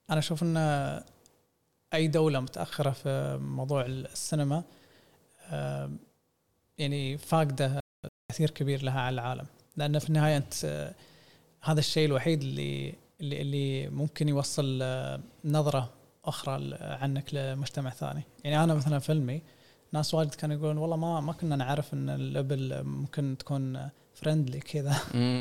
أنا أشوف أن أي دولة متأخرة في موضوع السينما يعني فاقدة تأثير كبير لها على العالم، لأن في النهاية أنت هذا الشيء الوحيد اللي ممكن يوصل نظرة أخرى عنك لمجتمع ثاني. يعني أنا مثلا فيلمي ناس واجد كانوا يقولون والله ما كنا نعرف أن الإبل ممكن تكون فريندلي كذا.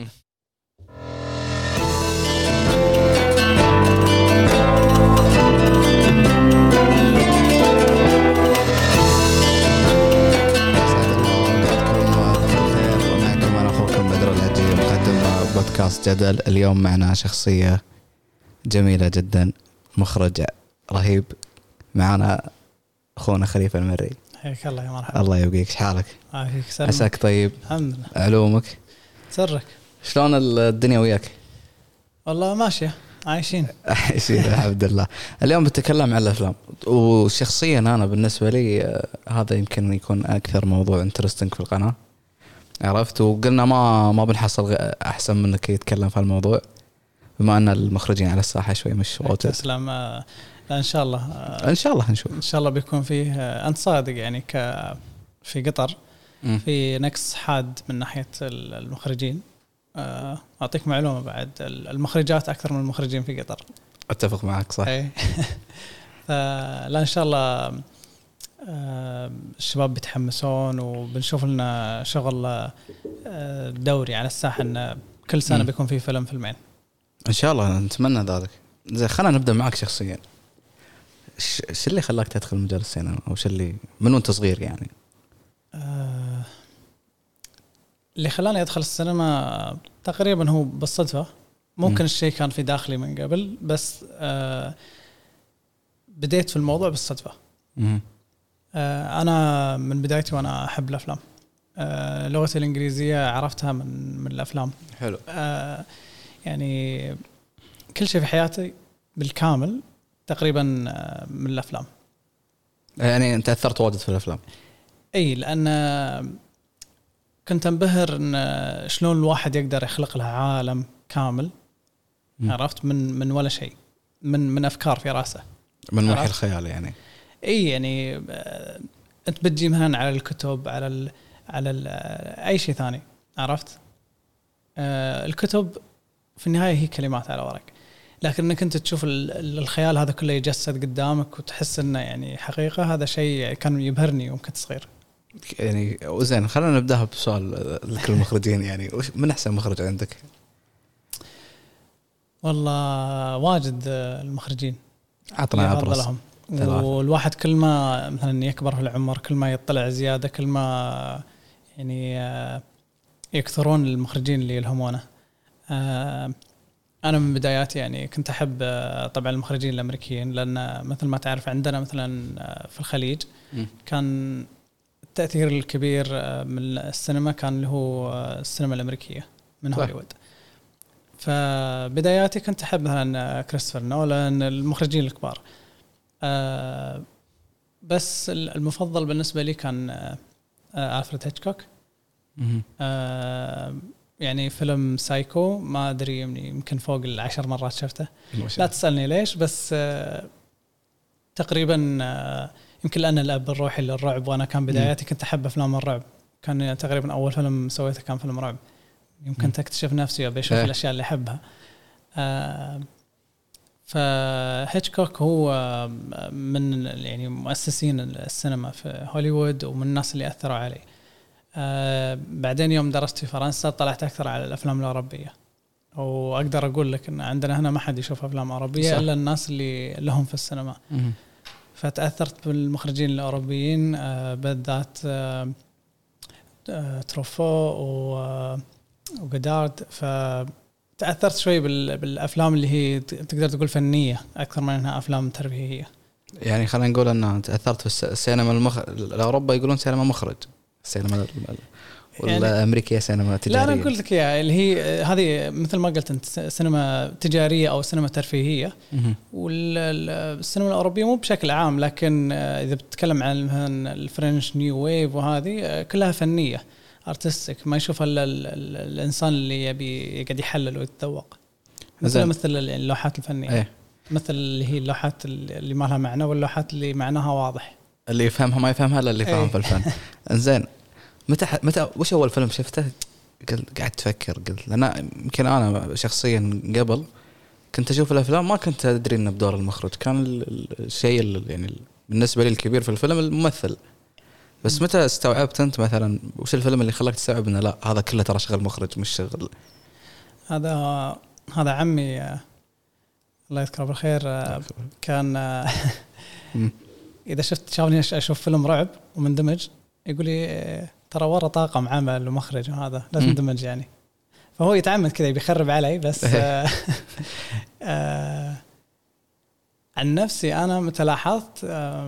بودكاست جدل. اليوم معنا شخصية جميلة جدا، مخرج رهيب، معنا أخونا خليفة المري. حياك الله يا مرحبا. الله يبقيك، شحالك؟ عساك طيب؟ الحمد لله. علومك؟ سرك؟ شلون الدنيا وياك؟ والله ماشية، عايشين الحمد لله. اليوم بتكلم عن الأفلام، وشخصيا أنا بالنسبة لي هذا يمكن يكون أكثر موضوع انترستنج في القناة، عرفت؟ وقلنا ما بنحصل أحسن منك يتكلم في الموضوع، بما أن المخرجين على الساحة شوي مش واجد. تسلم. إن شاء الله هنشوف إن شاء الله بيكون فيه أنت صادق يعني في قطر في نقص حاد من ناحية المخرجين. أعطيك معلومة بعد، المخرجات أكثر من المخرجين في قطر. أتفق معك صح. لا إن شاء الله الشباب بيتحمسون وبنشوف لنا شغل دوري على الساحة، إن كل سنة بيكون فيه فيلمين إن شاء الله، نتمنى ذلك. زين، خلينا نبدأ معك شخصيا. شو اللي خلاك تدخل مجال السينما، أو شو اللي من وانت صغير يعني؟ اللي خلاني أدخل السينما تقريبا هو بالصدفة. ممكن الشيء كان في داخلي من قبل، بس بديت في الموضوع بالصدفة. أنا من بدايتي وأنا أحب الأفلام. لغتي الإنجليزية عرفتها من الأفلام. حلو. يعني كل شيء في حياتي بالكامل تقريبا من الأفلام. يعني أنت أثرت واجد في الأفلام؟ أي، لأن كنت انبهر إن شلون الواحد يقدر يخلق لها عالم كامل. عرفت؟ من ولا شيء، من أفكار في رأسه، من وحي الخيال يعني. اي يعني انت بتجي مثلا على الكتب، على اي شيء ثاني. عرفت؟ الكتب في النهايه هي كلمات على ورق، لكن انك انت تشوف الخيال هذا كله يجسد قدامك وتحس انه يعني حقيقه، هذا شيء كان يبهرني يوم كنت صغير. يعني وزين، خلينا نبداها بسؤال لكل المخرجين. يعني من احسن مخرج عندك؟ والله واجد المخرجين، عطنا ابرز. والواحد كل ما مثلا يكبر في العمر، كل ما يطلع زيادة، كل ما يعني يكثرون المخرجين اللي يلهمونه. أنا من بداياتي يعني كنت أحب طبعا المخرجين الأمريكيين، لأن مثل ما تعرف عندنا مثلا في الخليج كان التأثير الكبير من السينما كان اللي هو السينما الأمريكية من هوليوود. فبداياتي كنت أحب مثلا كريستوفر نولان، المخرجين الكبار. بس المفضل بالنسبة لي كان ألفريد هيتشكوك. يعني فيلم سايكو، ما أدري يمكن فوق 10 مرات شفته. لا تسألني ليش، بس تقريبا يمكن لأن الأب الروحي للرعب، وأنا كان بداياتي كنت أحب أفلام الرعب. كان تقريبا أول فيلم سويته كان فيلم رعب. يمكن تكتشف نفسي وبيشوف الأشياء اللي أحبها. فهيتشكوك هو من يعني مؤسسين السينما في هوليوود، ومن الناس اللي أثروا علي. بعدين يوم درست في فرنسا طلعت أكثر على الأفلام الأوروبية، وأقدر أقول لك أن عندنا هنا ما حد يشوف أفلام أوروبية إلا الناس اللي لهم في السينما. فتأثرت بالمخرجين الأوروبيين، بالذات تروفو وغودارد. تأثرت شوي بالأفلام اللي هي تقدر تقول فنية أكثر من أنها أفلام ترفيهية. يعني خلينا نقول أن تأثرت في السينما الأوروبا يقولون سينما مخرج، السينما والأمريكية سينما تجارية. لا، أنا قلت لك اللي هي هذه مثل ما قلت أنت سينما تجارية أو سينما ترفيهية. والسينما الأوروبية مو بشكل عام، لكن إذا بتتكلم عن الفرنش نيو ويف وهذه كلها فنية ارتستيك، ما يشوفها الانسان اللي يبي يقعد يحلل ويتذوق، مثل اللوحات الفنيه. مثل اللي هي اللوحات اللي ما لها معنى واللوحات اللي معناها واضح. اللي يفهمها ما يفهمها الا اللي يفهم في الفن. انزين متى وش اول فيلم شفته قعدت تفكر قلت انا يمكن انا شخصيا قبل كنت اشوف الافلام ما كنت ادري انه بدور المخرج، كان الشيء يعني بالنسبه لي الكبير في الفيلم الممثل. بس متى استوعبت انت مثلا وش الفيلم اللي خلاك تستوعب انه لا هذا كله ترى شغل مخرج مش شغل؟ هذا عمي الله يذكره بالخير كان اذا شافني اشوف فيلم رعب ومندمج يقول لي ترى ورا طاقم عمل ومخرج وهذا لازم ندمج يعني. فهو يتعمد كذا بيخرب علي بس عن نفسي أنا متى لاحظت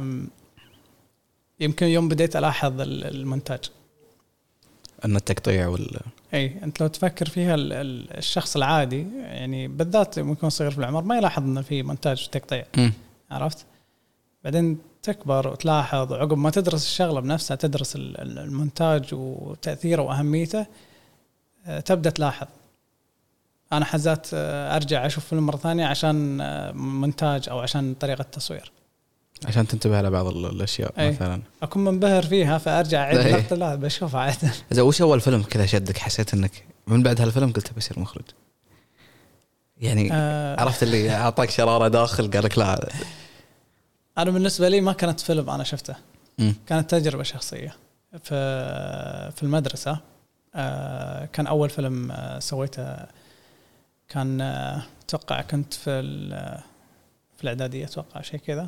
يمكن يوم بديت ألاحظ المونتاج أن التقطيع أي أنت لو تفكر فيها الشخص العادي يعني بالذات ممكن صغير في العمر ما يلاحظ أن في مونتاج وتقطيع عرفت. بعدين تكبر وتلاحظ وعقب ما تدرس الشغلة بنفسها تدرس المونتاج وتأثيره وأهميته تبدأ تلاحظ. أنا حزات أرجع أشوف فيلم مرة ثانية عشان مونتاج أو عشان طريقة تصوير عشان تنتبه على بعض الأشياء مثلا أكون منبهر فيها فأرجع أعيد اللقطة لا بشوفها عادة. إذا وش أول فيلم كذا شدك حسيت إنك من بعد هالفيلم قلت بصير مخرج يعني عرفت اللي أعطاك شرارة داخل قالك لا؟ أنا بالنسبة لي ما كانت فيلم أنا شفته كانت تجربة شخصية في المدرسة. كان أول فيلم سويته كان أتوقع كنت في الإعدادية أتوقع شيء كذا.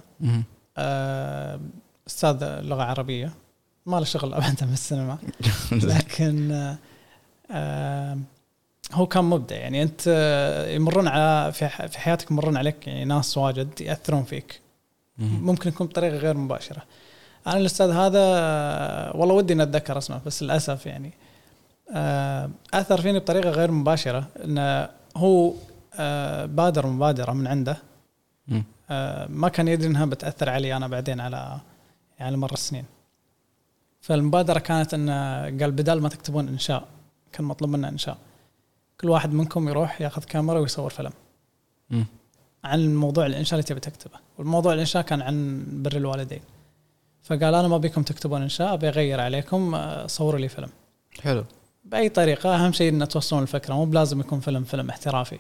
أستاذ لغة عربية ما له شغل أبدا بالسينما لكن هو كان مبدع يعني. أنت يمرون على في حياتك يمرون عليك يعني ناس واجد يأثرون فيك ممكن يكون بطريقة غير مباشرة. أنا الأستاذ هذا والله ودي نتذكر اسمه بس للأسف يعني أثر فيني بطريقة غير مباشرة إنه هو بادر مبادرة من عنده ما كان يدري إنها بتأثر علي أنا بعدين على يعني مر السنين. فالمبادرة كانت إنه قال بدال ما تكتبون إنشاء كان مطلوب منا إنشاء كل واحد منكم يروح يأخذ كاميرا ويصور فيلم عن الموضوع الإنشاء اللي تبي تكتبه. والموضوع الإنشاء كان عن بر الوالدين. فقال أنا ما بيكم تكتبون إنشاء بيغير عليكم صوروا لي فيلم حلو بأي طريقة. أهم شيء إن توصلون الفكرة مو بلازم يكون فيلم احترافي.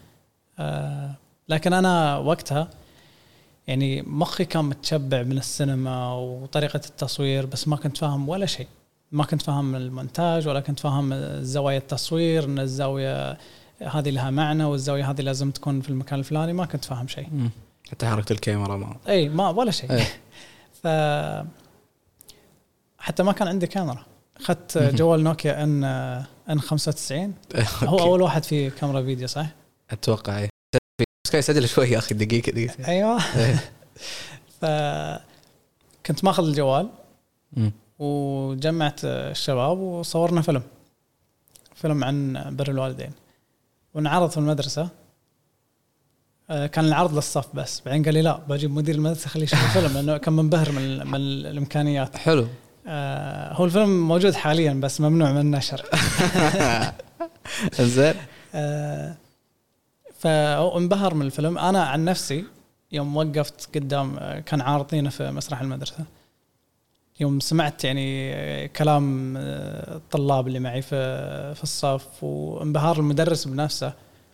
لكن أنا وقتها يعني مخي كان متشبع من السينما وطريقة التصوير بس ما كنت فاهم ولا شيء. ما كنت فاهم المونتاج ولا كنت فاهم زوايا التصوير إن الزاوية هذه لها معنى والزاوية هذه لازم تكون في المكان الفلاني. ما كنت فاهم شيء حتى حركة الكاميرا ما ولا شيء. حتى ما كان عندي كاميرا. أخذت جوال نوكيا ان 95 هو أول واحد فيه كاميرا فيديو صح؟ أتوقع إيه. بس كان يسجل شوي يا أخي دقيقة أيوة. فكنت ماخذ الجوال وجمعت الشباب وصورنا فيلم عن بر الوالدين ونعرض في المدرسة. كان العرض للصف بس بعدين قال لي لا بجيب مدير المدرسة خليه يشوف الفيلم لأنه كان منبهر من الإمكانيات. حلو. هو الفيلم موجود حاليا بس ممنوع من النشر. زين. فانبهر من الفيلم. أنا عن نفسي يوم وقفت قدام كان عارضينه في مسرح المدرسة يوم سمعت يعني كلام الطلاب اللي معي في الصف وانبهار المدرس بنفسه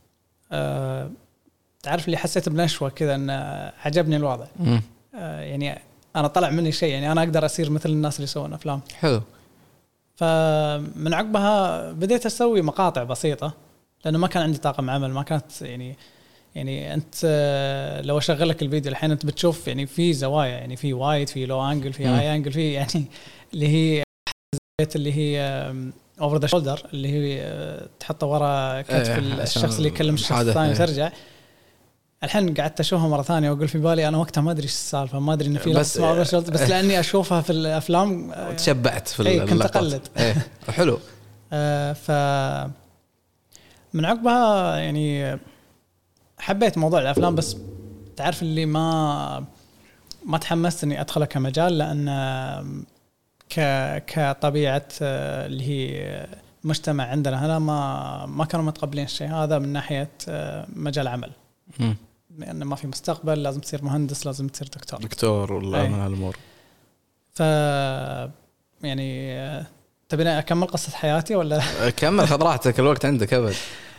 تعرف اللي حسيت بنشوة كذا أن عجبني الوضع. يعني أنا طلع مني شيء يعني أنا أقدر أصير مثل الناس اللي يسوون أفلام. حلو. فمن عقبها بديت أسوي مقاطع بسيطة لأنه ما كان عندي طاقم عمل. ما كانت يعني أنت لو أشغلك الفيديو الحين أنت بتشوف يعني في زوايا يعني في وايد في لو أنجل في هاي أنجل في يعني اللي هي اللي هي over the shoulder اللي هي تحطه ورا كتف الشخص اللي يكلم الشخص الثاني وترجع. الحين قعدت أشوفها مرة ثانية وأقول في بالي أنا وقتها ما أدري إيش السالفة ما أدري إن في بس لأني أشوفها في الأفلام تشبعت في كنت أقلد. حلو. من عقبها يعني حبيت موضوع الأفلام بس تعرف اللي ما تحمست إني أدخله كمجال لأن كطبيعة اللي هي مجتمع عندنا هنا ما كانوا متقبلين الشيء هذا من ناحية مجال عمل. لأن ما في مستقبل، لازم تصير مهندس، لازم تصير دكتور ولا من هالأمور. ف يعني تبيني أكمل قصة حياتي ولا؟ كمل، خذ راحتك، الوقت عندك أبد.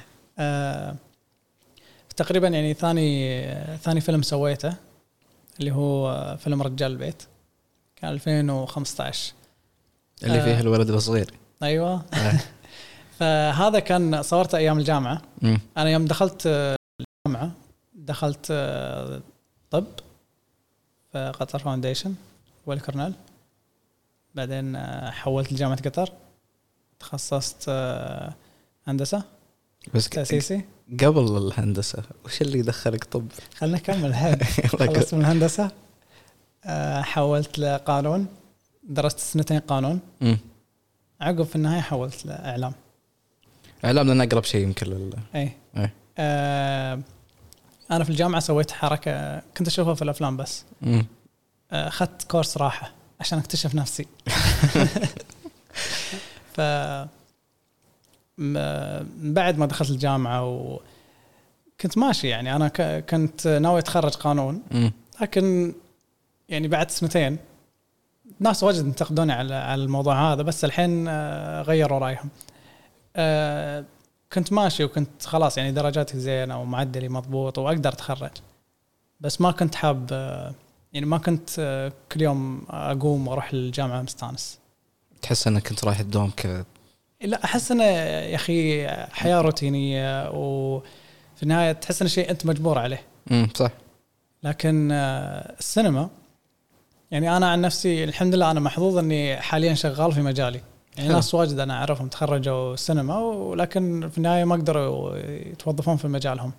تقريبا يعني ثاني فيلم سويته اللي هو فيلم رجال البيت، كان 2015 اللي فيه الولد الصغير. أيوة. فهذا كان صورته أيام الجامعة. أنا يوم دخلت الجامعة دخلت طب في قطر فاونديشن والكورنيل، بعدين حولت لجامعة قطر، تخصصت هندسة بس تأسيسي. قبل الهندسة وش اللي دخلك طب؟ خلنا نكمل. خلصت من الهندسة، حولت لقانون، درست 2 قانون. عقب في النهاية حولت لإعلام. إعلام لأن أقرب شيء يمكن أي. أنا في الجامعة سويت حركة كنت أشوفها في الأفلام بس. أخذت كورس راحة عشان أكتشف نفسي. ف بعد ما دخلت الجامعة وكنت ماشي يعني أنا كنت ناوي أتخرج قانون، لكن يعني بعد 2 ناس واجد انتقدوني على الموضوع هذا، بس الحين غيروا رأيهم. كنت ماشي وكنت خلاص يعني درجاتي زينة ومعدلي مضبوط وأقدر أتخرج، بس ما كنت حاب يعني ما كنت كل يوم أقوم وأروح للجامعة مستانس. تحس أنك كنت رايح الدوام كذا؟ لا، أحس أنه يا أخي حياة روتينية، وفي النهاية تحس أنه شيء أنت مجبور عليه. صح. لكن السينما يعني أنا عن نفسي الحمد لله أنا محظوظ أني حاليا شغال في مجالي. يعني ناس واجد أنا أعرفهم تخرجوا السينما ولكن في النهاية ما قدروا يتوظفون في مجالهم.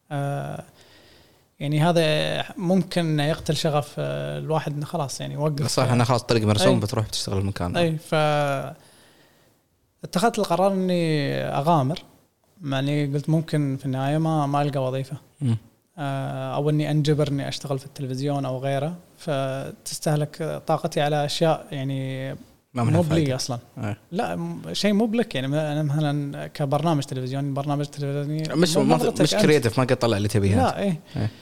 يعني هذا ممكن يقتل شغف الواحد، خلاص يعني وقف. صح، أنا خلاص طريق مرسوم، بتروح بتشتغل المكان. أي. اتخذت القرار إني أغامر، يعني قلت ممكن في النهاية ما ألقى وظيفة، أو إني أنجبر إني أشتغل في التلفزيون أو غيره، فتستهلك طاقتي على أشياء يعني مو بلي أصلا. لا، شيء مو بلك. يعني أنا مثلا كبرنامج تلفزيوني، برنامج تلفزيوني مش كرياتيف، ما قد طلع اللي تبيه. لا. إيه.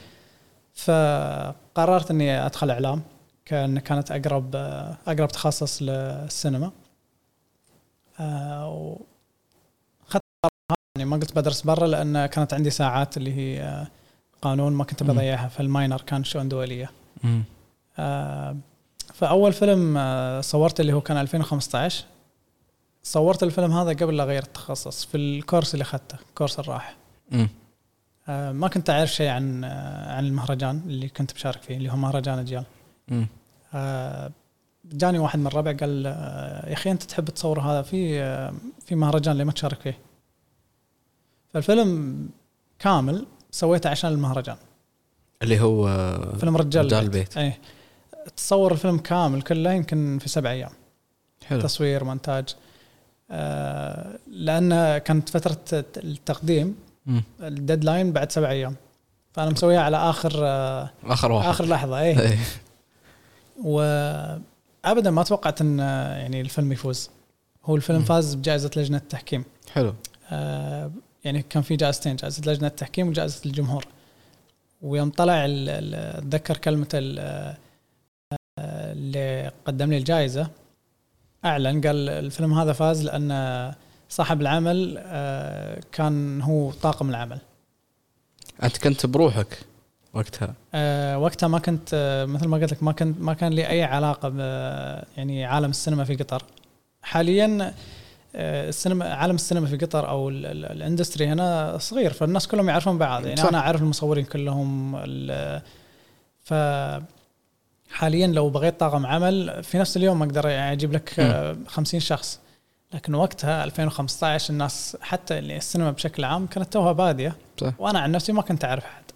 فقررت إني أدخل إعلام، كانت أقرب تخصص للسينما. وخدت يعني ما قلت بدرس برا، لأن كانت عندي ساعات اللي هي قانون ما كنت بضيعها في الماينر، كان شؤون دولية. فأول فيلم صورت اللي هو كان 2015. صورت الفيلم هذا قبل لا أغير التخصص في الكورس اللي أخذته، كورس الراحة. ما كنت أعرف شيء عن المهرجان اللي كنت بشارك فيه، اللي هو مهرجان أجيال. جاني واحد من الربع قال يا أخي أنت تحب تصور هذا في مهرجان اللي ما تشارك فيه. فالفيلم كامل سويته عشان المهرجان اللي هو فيلم رجال البيت. أي. تصور الفيلم كامل كله يمكن في 7 أيام. حلو. تصوير، مونتاج. لأن كانت فترة التقديم الديدلاين بعد 7 أيام، فأنا مسويها على آخر لحظة. أي. وأبدا ما توقعت أن يعني الفيلم يفوز. هو الفيلم فاز بجائزة لجنة التحكيم. حلو. يعني كان في جائزتين، جائزة لجنة التحكيم وجائزة الجمهور. ويوم طلع أتذكر كلمة اللي قدم لي الجائزة، أعلن قال الفيلم هذا فاز لأن صاحب العمل كان هو طاقم العمل. أنت كنت بروحك وقتها؟ وقتها ما كنت، مثل ما قلت لك ما كان لي أي علاقة يعني عالم السينما في قطر. حاليا عالم السينما في قطر أو الاندستري هنا صغير، فالناس كلهم يعرفون بعض. يعني أنا أعرف المصورين كلهم. فحاليا لو بغيت طاقم عمل في نفس اليوم أقدر أجيب لك 50 شخص. لكن وقتها 2015 الناس حتى اللي السينما بشكل عام كانت توها بادية. وأنا عن نفسي ما كنت أعرف أحد.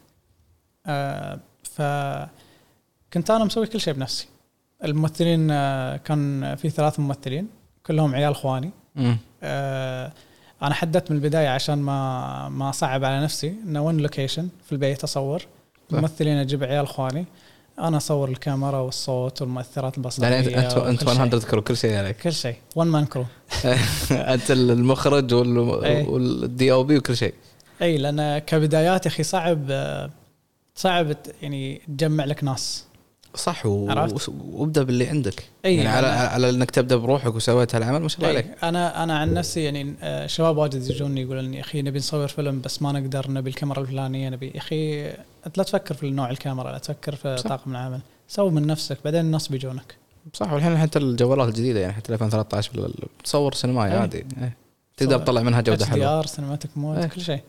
فكنت أنا مسوي كل شيء بنفسي. الممثلين كان في 3 ممثلين كلهم عيال خواني. أنا حددت من البداية عشان ما أصعب على نفسي إنه وين لوكيشن في البيت أصور. الممثلين أجيب عيال خواني، أنا أصور الكاميرا والصوت والمؤثرات البصرية. يعني أنت 100 كرو، كل شيء عليك. كل شيء 1 مان كرو. أنت المخرج والدي أو بي وكل شيء. أي. لأن كبدايات أخي صعب صعب يعني تجمع لك ناس صح وابدا باللي عندك. أي يعني على انك تبدا بروحك وسويت هالعمل ما شاء الله عليك. انا عن نفسي يعني شباب واجد يجوني يقولون لي اخي نبي نصور فيلم بس ما نقدر، نبي الكاميرا الفلانيه، نبي اخي انت لا تفكر في نوع الكاميرا، لا تفكر في طاقم العمل، سوي من نفسك بعدين الناس بيجونك. صح. والحين حتى الجوالات الجديده يعني حتى 2013 تصور سينمائي عادي تقدر تطلع منها جوده حلوه، HDR سينماتيك مود كل شيء.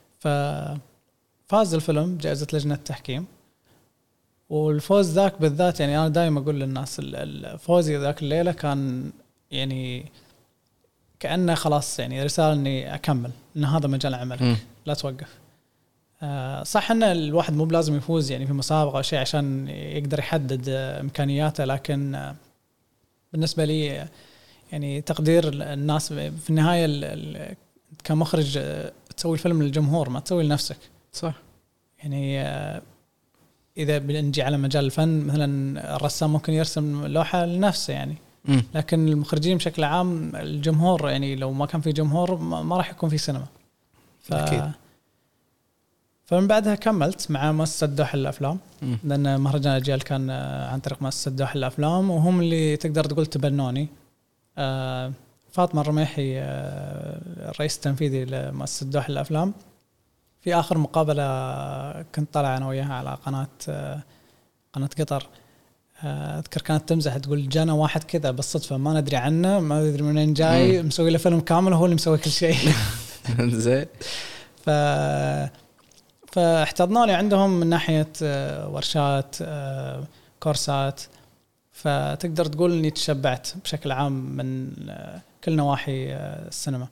ففاز الفيلم جائزه لجنه التحكيم، والفوز ذاك بالذات يعني انا دائما اقول للناس الفوزي ذاك الليله كان يعني كأنه خلاص يعني رساله اني اكمل، ان هذا مجال عملك لا توقف. صح ان الواحد مو بلازم يفوز يعني في مسابقه او شيء عشان يقدر يحدد امكانياته، لكن بالنسبه لي يعني تقدير الناس في النهايه كمخرج تسوي الفيلم للجمهور ما تسوي لنفسك. صح. يعني إذا بنجي على مجال الفن مثلا الرسام ممكن يرسم لوحة لنفسه يعني لكن المخرجين بشكل عام الجمهور يعني لو ما كان في جمهور ما راح يكون في سينما. فمن بعدها كملت مع مؤسسة دوحة للأفلام لأن مهرجان الأجيال كان عن طريق مؤسسة دوحة للأفلام، وهم اللي تقدر تقول تبنوني. فاطمة الرميحي الرئيس التنفيذي لمؤسسة دوحة للأفلام، في آخر مقابلة كنت طالع أنا وياها على قناة قطر، أذكر كانت تمزح تقول جانا واحد كذا بالصدفة ما ندري عنه ما ندري منين جاي مسوي له فيلم كامل وهو اللي مسوي كل شيء. زين. فاحتضنوا لي عندهم من ناحية ورشات كورسات، فتقدر تقول إني تشبعت بشكل عام من كل نواحي السينما.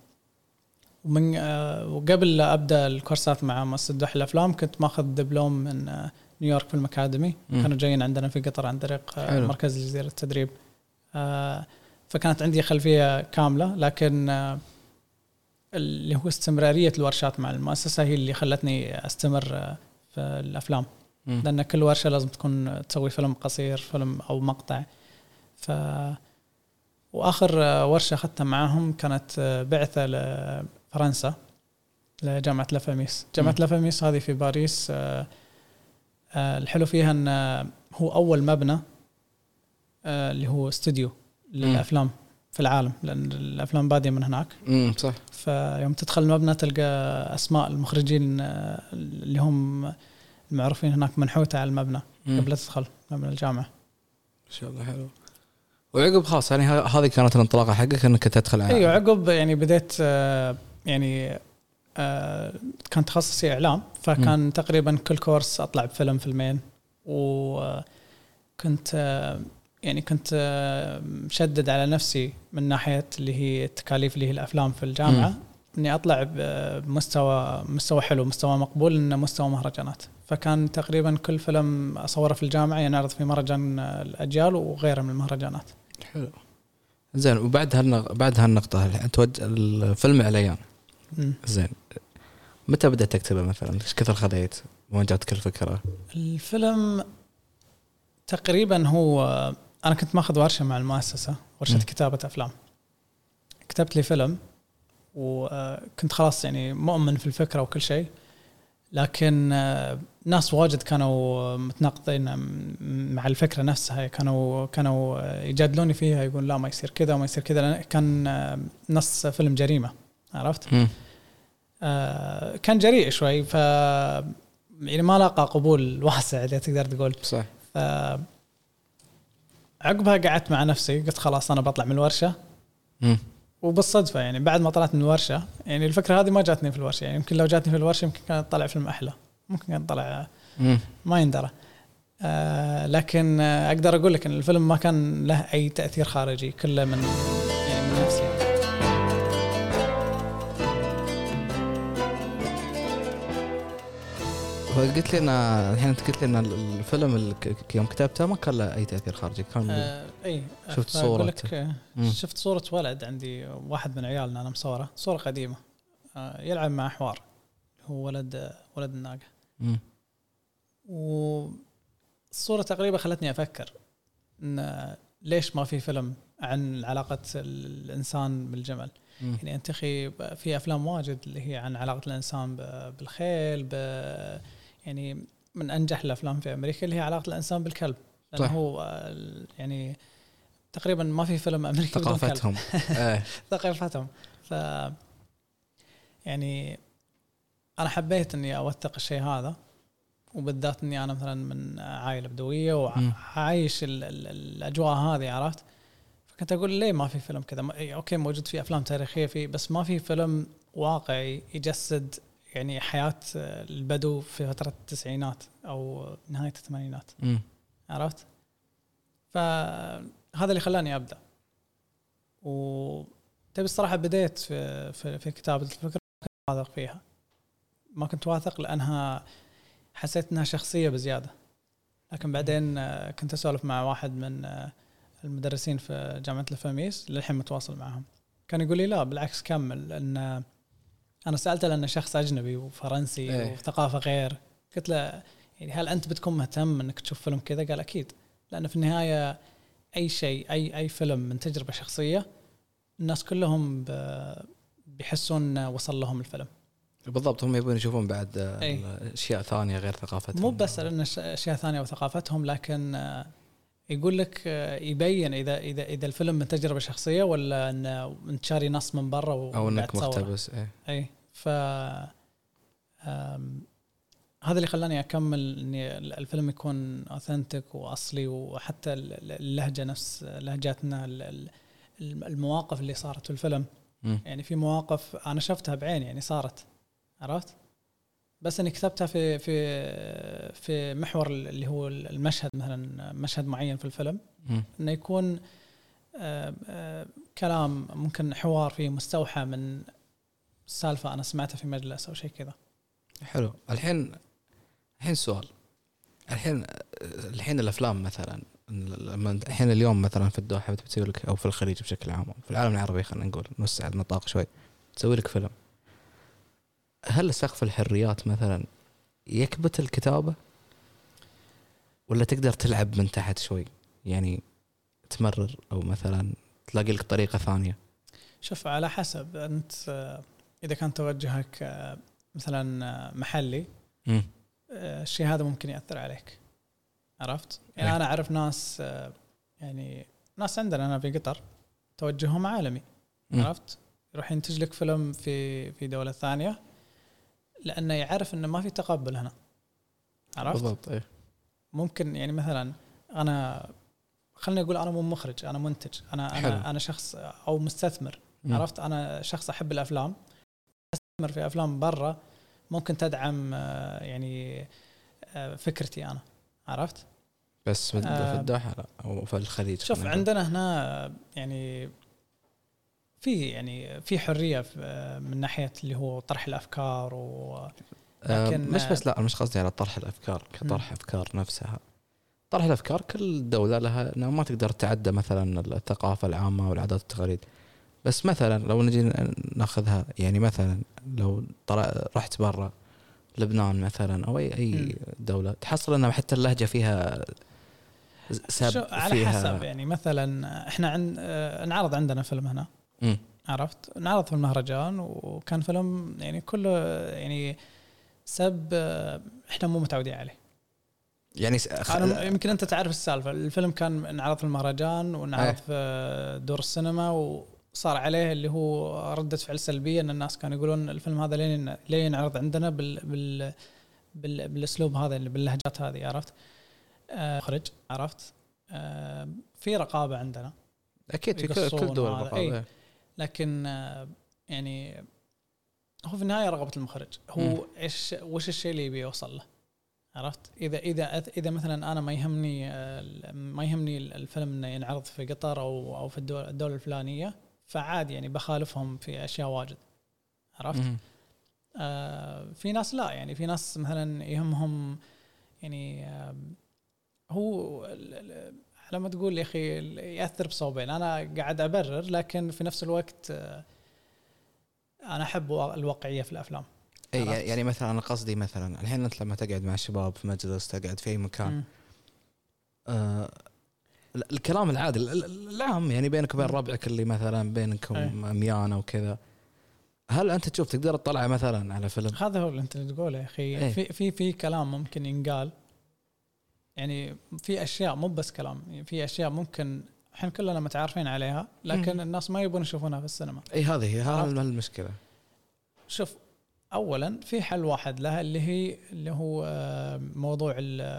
وقبل أبدأ الكورسات مع مؤسسة دوحة للأفلام كنت ماخذ دبلوم من نيويورك فيلم أكاديمي، كانوا جايين عندنا في قطر عن طريق مركز الجزيرة التدريب. فكانت عندي خلفية كاملة، لكن اللي هو استمرارية الورشات مع المؤسسة هي اللي خلتني أستمر في الأفلام، لأن كل ورشة لازم تكون تسوي فيلم قصير فيلم أو مقطع. وآخر ورشة أخذتها معهم كانت بعثة لفرنسا لجامعة لافاميس. جامعة لافاميس هذه في باريس، الحلو فيها أن هو أول مبنى اللي هو استوديو للأفلام في العالم، لأن الأفلام بادية من هناك. صح. فيوم تدخل المبنى تلقى أسماء المخرجين اللي هم المعروفين هناك منحوتة على المبنى قبل تدخل مبنى الجامعة. إن شاء الله حلو. وعقب خاص يعني هذه كانت الانطلاقة حقك أنك تدخل على أيوة عقب يعني بديت يعني كان تخصصي إعلام، فكان تقريبا كل كورس أطلع بفيلم فيلمين، وكنت يعني كنت مشدد على نفسي من ناحية اللي هي التكاليف اللي هي الأفلام في الجامعة إني أطلع بمستوى حلو مستوى مقبول إنه مستوى مهرجانات. فكان تقريبا كل فيلم أصوره في الجامعة ينعرض في مهرجان الأجيال وغيره من المهرجانات. حلو. زين. وبعد هالنقطة أنت الفيلم عليان. زين. متى بدأت تكتبه مثلا؟ إيش كثر خذيت؟ وين جاتك الفكرة؟ الفيلم تقريبا هو أنا كنت ماخذ ورشة مع المؤسسة، ورشة كتابة أفلام. كتبت لي فيلم وكنت خلاص يعني مؤمن في الفكرة وكل شيء، لكن ناس واجد كانوا متناقضين مع الفكرة نفسها، كانوا يجادلوني فيها، يقول لا ما يصير كذا وما يصير كذا. كان نص فيلم جريمة عرفت. كان جريء شوي، ف يعني ما لاقى قبول واسع إذا تقدر تقول. صح. عقبها قعدت مع نفسي قلت خلاص أنا بطلع من الورشة. وبالصدفة يعني بعد ما طلعت من الورشة يعني الفكرة هذه ما جاتني في الورشة، يعني يمكن لو جاتني في الورشة يمكن كانت طلع فيلم أحلى، ممكن كان طلع ما يندرى. لكن أقدر أقول لك إن الفيلم ما كان له أي تأثير خارجي، كله من نفسي. قلت لي ان الحين انت قلت لي ان الفيلم يوم كتبته ما كان له اي تاثير خارجي، كان اي شفت صورة شفت صورة ولد عندي، واحد من عيالنا انا مصوره صورة قديمة يلعب مع حوار، هو ولد الناقة. والصورة تقريبا خلتني افكر ان ليش ما في فيلم عن علاقة الانسان بالجمل. يعني انت اخي في افلام واجد اللي هي عن علاقة الانسان بالخيل، يعني من انجح الافلام في امريكا اللي هي علاقه الانسان بالكلب، لانه هو يعني تقريبا ما في فيلم امريكي بدون كلب. ثقافتهم. ثقافتهم. ف يعني انا حبيت اني اوثق الشيء هذا، وبالذات اني انا مثلا من عائله بدويه وعايش الاجواء هذه، عرفت؟ فكنت اقول ليه ما في فيلم كذا؟ اوكي موجود في افلام تاريخيه فيه، بس ما في فيلم واقعي يجسد يعني حياه البدو في فتره التسعينات او نهايه الثمانينات. عرفت؟ فهذا اللي خلاني ابدا. وتبي الصراحه بديت في كتابه الفكره واثق فيها، ما كنت واثق لانها حسيت انها شخصيه بزياده. لكن بعدين كنت اسولف مع واحد من المدرسين في جامعه الفاميس للحين متواصل معهم، كان يقول لي لا بالعكس كمل. ان انا سالته لانه شخص اجنبي وفرنسي وثقافه غير، قلت له يعني هل انت بتكون مهتم انك تشوف فيلم كذا؟ قال اكيد، لان في النهايه اي شيء اي فيلم من تجربه شخصيه الناس كلهم بيحسون وصل لهم الفيلم. بالضبط، هم يبون يشوفون بعد اشياء ثانيه غير ثقافتهم، مو بس لان اشياء ثانيه وثقافتهم، لكن يقول لك يبين اذا الفيلم من تجربه شخصيه ولا ان شاري نص من برا او انك مقتبس. اي ف هذا اللي خلاني اكمل اني الفيلم يكون اوثنتيك واصلي، وحتى اللهجه نفس لهجاتنا، المواقف اللي صارت في الفيلم. يعني في مواقف انا شفتها بعيني يعني صارت، عرفت؟ بس اني كتبتها في محور اللي هو المشهد، مثلا مشهد معين في الفيلم انه يكون كلام ممكن حوار فيه مستوحى من سالفه انا سمعتها في مجلس او شيء كذا. حلو. الحين سؤال، الحين الافلام مثلا الحين اليوم مثلا في الدوحه بتسوي لك، او في الخليج بشكل عام، في العالم العربي خلينا نقول نوسع النطاق شوي، تسوي لك فيلم، هل سقف الحريات مثلا يكبت الكتابة ولا تقدر تلعب من تحت شوي، يعني تمرر أو مثلا تلاقي لك طريقة ثانية؟ شوف على حسب أنت، إذا كان توجهك مثلا محلي الشيء هذا ممكن يأثر عليك، عرفت؟ يعني أنا أعرف ناس، يعني ناس عندنا أنا في قطر توجههم عالمي، عرفت؟ يروح ينتج لك فيلم في دولة ثانية لأنه يعرف إنه ما في تقبل هنا، عرفت؟ بالضبط. ممكن يعني مثلا أنا خلني أقول أنا مو مخرج، أنا منتج، أنا شخص أو مستثمر، عرفت؟ أنا شخص أحب الأفلام، أستثمر في أفلام برا ممكن تدعم يعني فكرتي أنا، عرفت؟ بس في الدوحة لا، أو في الخليج. شوف عندنا هنا يعني في حرية من ناحية اللي هو طرح الأفكار لكن مش بس، لا مش قصدي على طرح الأفكار كطرح أفكار نفسها. طرح الأفكار كل دولة لها، ما تقدر تعدى مثلا الثقافة العامة والعادات والتقاليد. بس مثلا لو نجي ناخذها، يعني مثلا لو رحت برا لبنان مثلا أو أي دولة، تحصل أن حتى اللهجة فيها على فيها حسب. يعني مثلا احنا نعرض عندنا فيلم هنا، عرفت؟ نعرض في المهرجان وكان فيلم يعني كله يعني سب احنا مو متعودين عليه. يعني يمكن انت تعرف السالفه، الفيلم كان نعرض في المهرجان ونعرض في دور السينما، وصار عليه اللي هو ردة فعل سلبيه، ان الناس كانوا يقولون الفيلم هذا ليه ينعرض عندنا بالاسلوب هذا اللي باللهجات هذه، عرفت؟ خرج، عرفت؟ في رقابه عندنا اكيد في كل دول رقابه، لكن يعني هو في النهايه رغبه المخرج، هو وش الشيء اللي يبي يوصل له، عرفت؟ اذا مثلا انا ما يهمني الفيلم انه ينعرض في قطر او في الدوله الفلانيه، فعادي يعني بخالفهم في اشياء واجد، عرفت؟ في ناس لا، يعني في ناس مثلا يهمهم يعني هو لما تقول يا أخي يأثر بصوبين، أنا قاعد أبرر، لكن في نفس الوقت أنا أحب الواقعية في الأفلام. يعني مثلا أنا قصدي مثلا الحين أنت لما تقعد مع الشباب في مجلس، تقعد في أي مكان، الكلام العادي العام يعني بينك وبين ربعك اللي مثلا بينكم ميانة وكذا، هل انت تشوف تقدر تطلع مثلا على فيلم؟ هذا هو اللي انت تقوله يا اخي. إيه. في كلام ممكن ينقال، يعني في اشياء مو بس كلام، يعني في اشياء ممكن احنا كلنا متعارفين عليها لكن الناس ما يبون يشوفونها في السينما. اي هذه هي المشكله. شوف، اولا في حل واحد لها اللي هو موضوع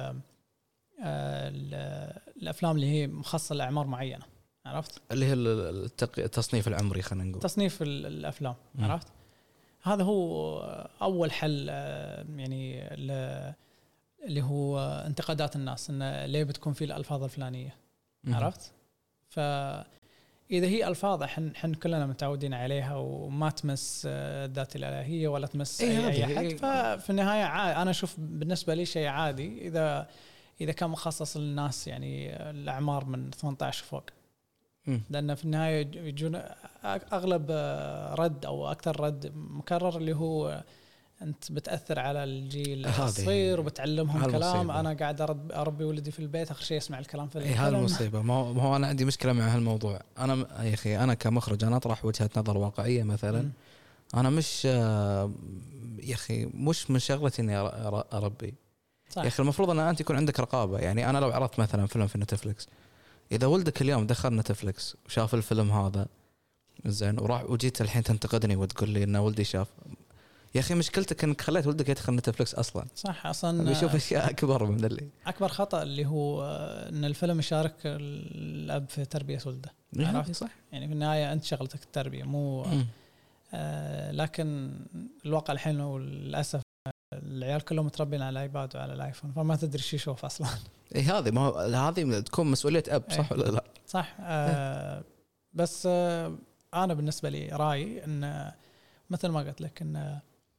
الافلام اللي هي مخصصه لاعمار معينه، عرفت؟ اللي هي التصنيف العمري، خلينا نقول تصنيف الافلام. عرفت؟ هذا هو اول حل، يعني اللي هو انتقادات الناس انه ليه بتكون في الالفاظ الفلانيه. عرفت؟ فاذا هي الفاظ احنا كلنا متعودين عليها وما تمس الذات الالهيه ولا تمس اي احد، ففي النهايه انا اشوف بالنسبه لي شيء عادي اذا كان مخصص للناس، يعني الاعمار من 18 وفوق. لأن في النهاية يجون أغلب رد أو أكثر رد مكرر اللي هو أنت بتأثر على الجيل الصغير وبتعلمهم كلام. أنا قاعد أربي ولدي في البيت، آخر شيء يسمع الكلام في الفيلم. هالمصيبة. ما هو أنا عندي مشكلة مع هالموضوع. أنا يا أخي أنا كمخرج أنا أطرح وجهة نظر واقعية مثلا. أنا مش يا أخي مش من شغلتي إني أربي. صح. يا أخي المفروض أن أنت يكون عندك رقابة. يعني أنا لو عرضت مثلا فيلم في نتفليكس، إذا ولدك اليوم دخل نتفليكس وشاف الفيلم هذا زين وراح وجيت الحين تنتقدني وتقول لي إن ولدي شاف، يا أخي مشكلتك إنك خليت ولدك يدخل نتفليكس أصلاً. صح. أصلاً بيشوف أشياء أكبر من اللي أكبر خطأ اللي هو إن الفيلم يشارك الأب في تربية ولده. عرفت؟ صح. يعني في النهاية أنت شغلتك التربية مو لكن الواقع الحين وللأسف العيال كلهم متربين على الايباد وعلى الايفون، فما تدري شو يشوف اصلا. اي هذه ما هذه تكون مسؤوليه اب، صح ولا لا؟ صح. بس انا بالنسبه لي رايي ان مثل ما قلت لك ان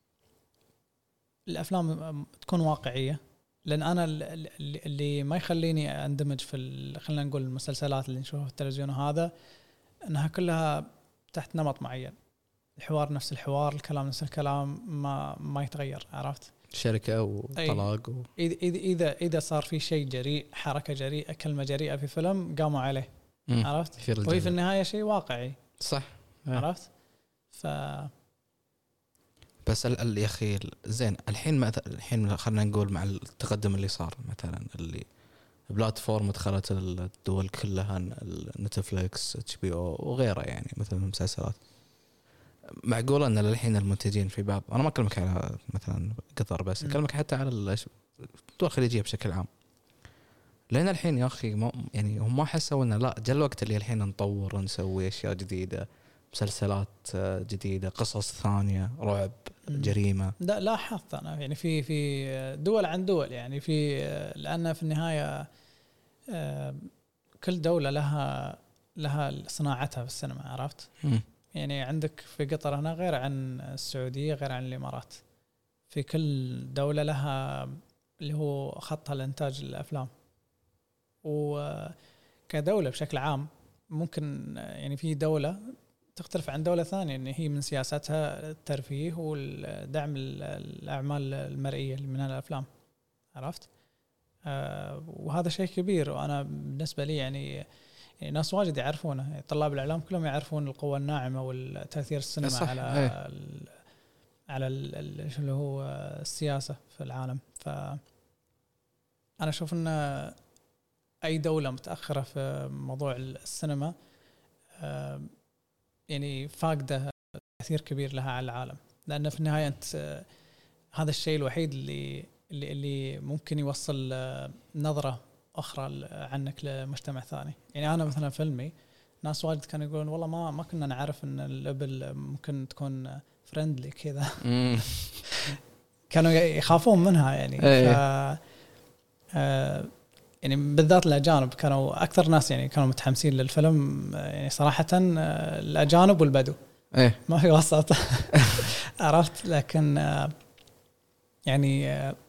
الافلام تكون واقعيه، لان انا اللي ما يخليني اندمج في خلينا نقول المسلسلات اللي نشوفها في التلفزيون هذا انها كلها تحت نمط معين، الحوار نفس الحوار، الكلام نفس الكلام، ما يتغير. عرفت؟ شركة وطلاق إذا صار في شيء جريء، حركة جريئة، كلمة جريئة في فيلم قاموا عليه. عرفت؟ وهي في النهاية شيء واقعي. صح. عرفت؟ بس يا أخي زين الحين خلنا نقول مع التقدم اللي صار مثلا اللي بلاتفورم دخلت الدول كلها، نتفليكس، HBO وغيره، يعني مثلا المسلسلات، معقولة أن الحين المنتجين في باب، أنا ما أكلمك على مثلا قطر بس أكلمك حتى على الدول الخليجية بشكل عام، لأن الحين يا أخي يعني هم ما حسوا أن لا جاء الوقت اللي الحين نطور ونسوي أشياء جديدة، مسلسلات جديدة، قصص ثانية، رعب، جريمة. لا حظ أنا يعني في دول عن دول، يعني لأن في النهاية كل دولة لها صناعتها في السينما. عرفت؟ يعني عندك في قطر هنا غير عن السعودية غير عن الإمارات، في كل دولة لها اللي هو خطها لإنتاج الأفلام، وكدولة بشكل عام ممكن يعني في دولة تختلف عن دولة ثانية إن هي من سياستها الترفيه والدعم الأعمال المرئية من الأفلام. عرفت؟ وهذا شيء كبير، وأنا بالنسبة لي يعني ناس واجد يعرفونه، طلاب الإعلام كلهم يعرفون القوة الناعمة والتأثير السينما على شو اللي هو السياسة في العالم. فأنا أشوف أن أي دولة متأخرة في موضوع السينما يعني فاقدة تأثير كبير لها على العالم، لأن في النهاية أنت هذا الشيء الوحيد اللي ممكن يوصل نظرة أخرى عنك لمجتمع ثاني. يعني أنا مثلا فيلمي ناس واجد كانوا يقولون والله ما كنا نعرف أن الإبل ممكن تكون فريندلي كذا. كانوا يخافون منها يعني. يعني بالذات الأجانب كانوا أكثر ناس يعني كانوا متحمسين للفيلم، يعني صراحة الأجانب والبدو ما في وسط. عرفت؟ لكن يعني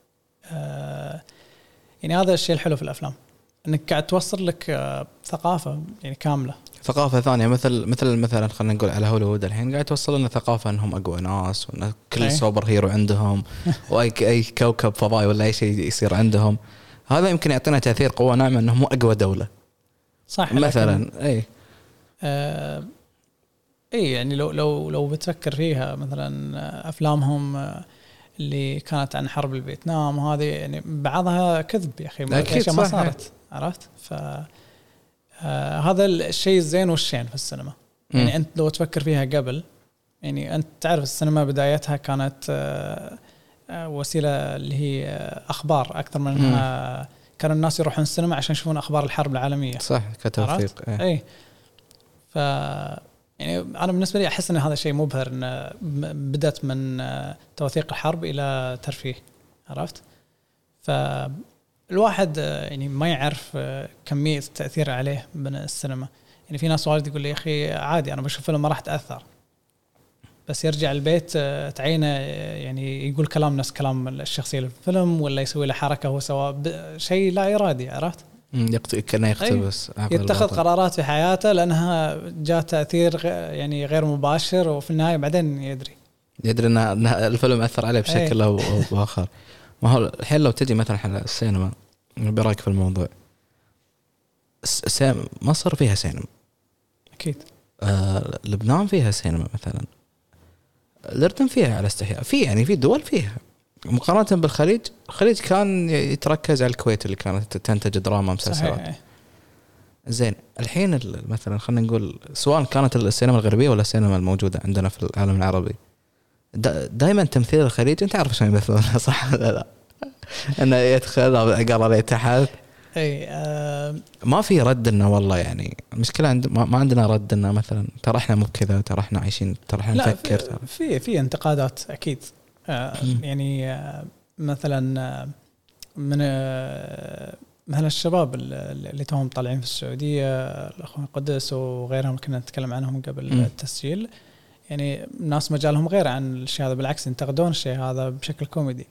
يعني هذا الشيء الحلو في الأفلام، إنك قاعد توصل لك ثقافة يعني كاملة، ثقافة ثانية، مثلا خلينا نقول على هوليوود الحين قاعد توصل لنا ثقافة أنهم أقوى ناس، وأن كل سوبر هيرو عندهم وأي كوكب فضائي ولا أي شيء يصير عندهم. هذا يمكن يعطينا تأثير قوة ناعمة أنهم أقوى دولة. صح. مثلا اي يعني لو بتفكر فيها مثلا افلامهم اللي كانت عن حرب الفيتنام وهذه يعني بعضها كذب يا اخي، ما صارت، عرفت؟ ف هذا الشيء الزين والشين في السينما. يعني انت لو تفكر فيها قبل، يعني انت تعرف السينما بدايتها كانت وسيله اللي هي اخبار اكثر من انها كانوا الناس يروحون السينما عشان يشوفون اخبار الحرب العالميه، صح، كتوثيق. اي ف يعني انا بالنسبه لي احس ان هذا شيء مبهر، ان بدات من توثيق الحرب الى ترفيه، عرفت؟ فالواحد يعني ما يعرف كميه التاثير عليه من السينما. يعني في ناس واجد يقول لي يا اخي عادي انا بشوف فيلم ما راح اتاثر، بس يرجع البيت تعينه يعني يقول كلام نفس كلام الشخصيه اللي في الفيلم، ولا يسوي له حركه هو سواء شيء لا ارادي، عرفت؟ كأنه يقتبس، يتخذ قرارات في حياته لأنها جاء تأثير يعني غير مباشر، وفي النهاية بعدين يدري أن الفيلم أثر عليه بشكل أو بآخر. ما هو الحين لو تجي مثلا على السينما، برأيك في الموضوع، مصر فيها سينما أكيد، لبنان فيها سينما مثلا، الأردن فيها على استحياء، في دول فيها مقارنة بالخليج. الخليج كان يتركز على الكويت اللي كانت تنتج دراما مسلسلات. زين الحين مثلا خلينا نقول سواء كانت السينما الغربية ولا السينما الموجودة عندنا في العالم العربي، دائما تمثيل الخليج انت عارف شو يمثلون، صح ولا لا؟ انه يدخل اقرا عليه تحت، ما في رد انه والله يعني المشكله ما عندنا رد انه مثلا ترى احنا مو بكذا، ترى احنا عايشين، ترى احنا نفكر. في انتقادات اكيد. يعني مثلا من مثلا الشباب اللي توهم طالعين في السعوديه، الاخوان قدس وغيرهم كنا نتكلم عنهم قبل التسجيل، يعني ناس مجالهم غير عن الشيء هذا، بالعكس ينتقدون الشيء هذا بشكل كوميدي.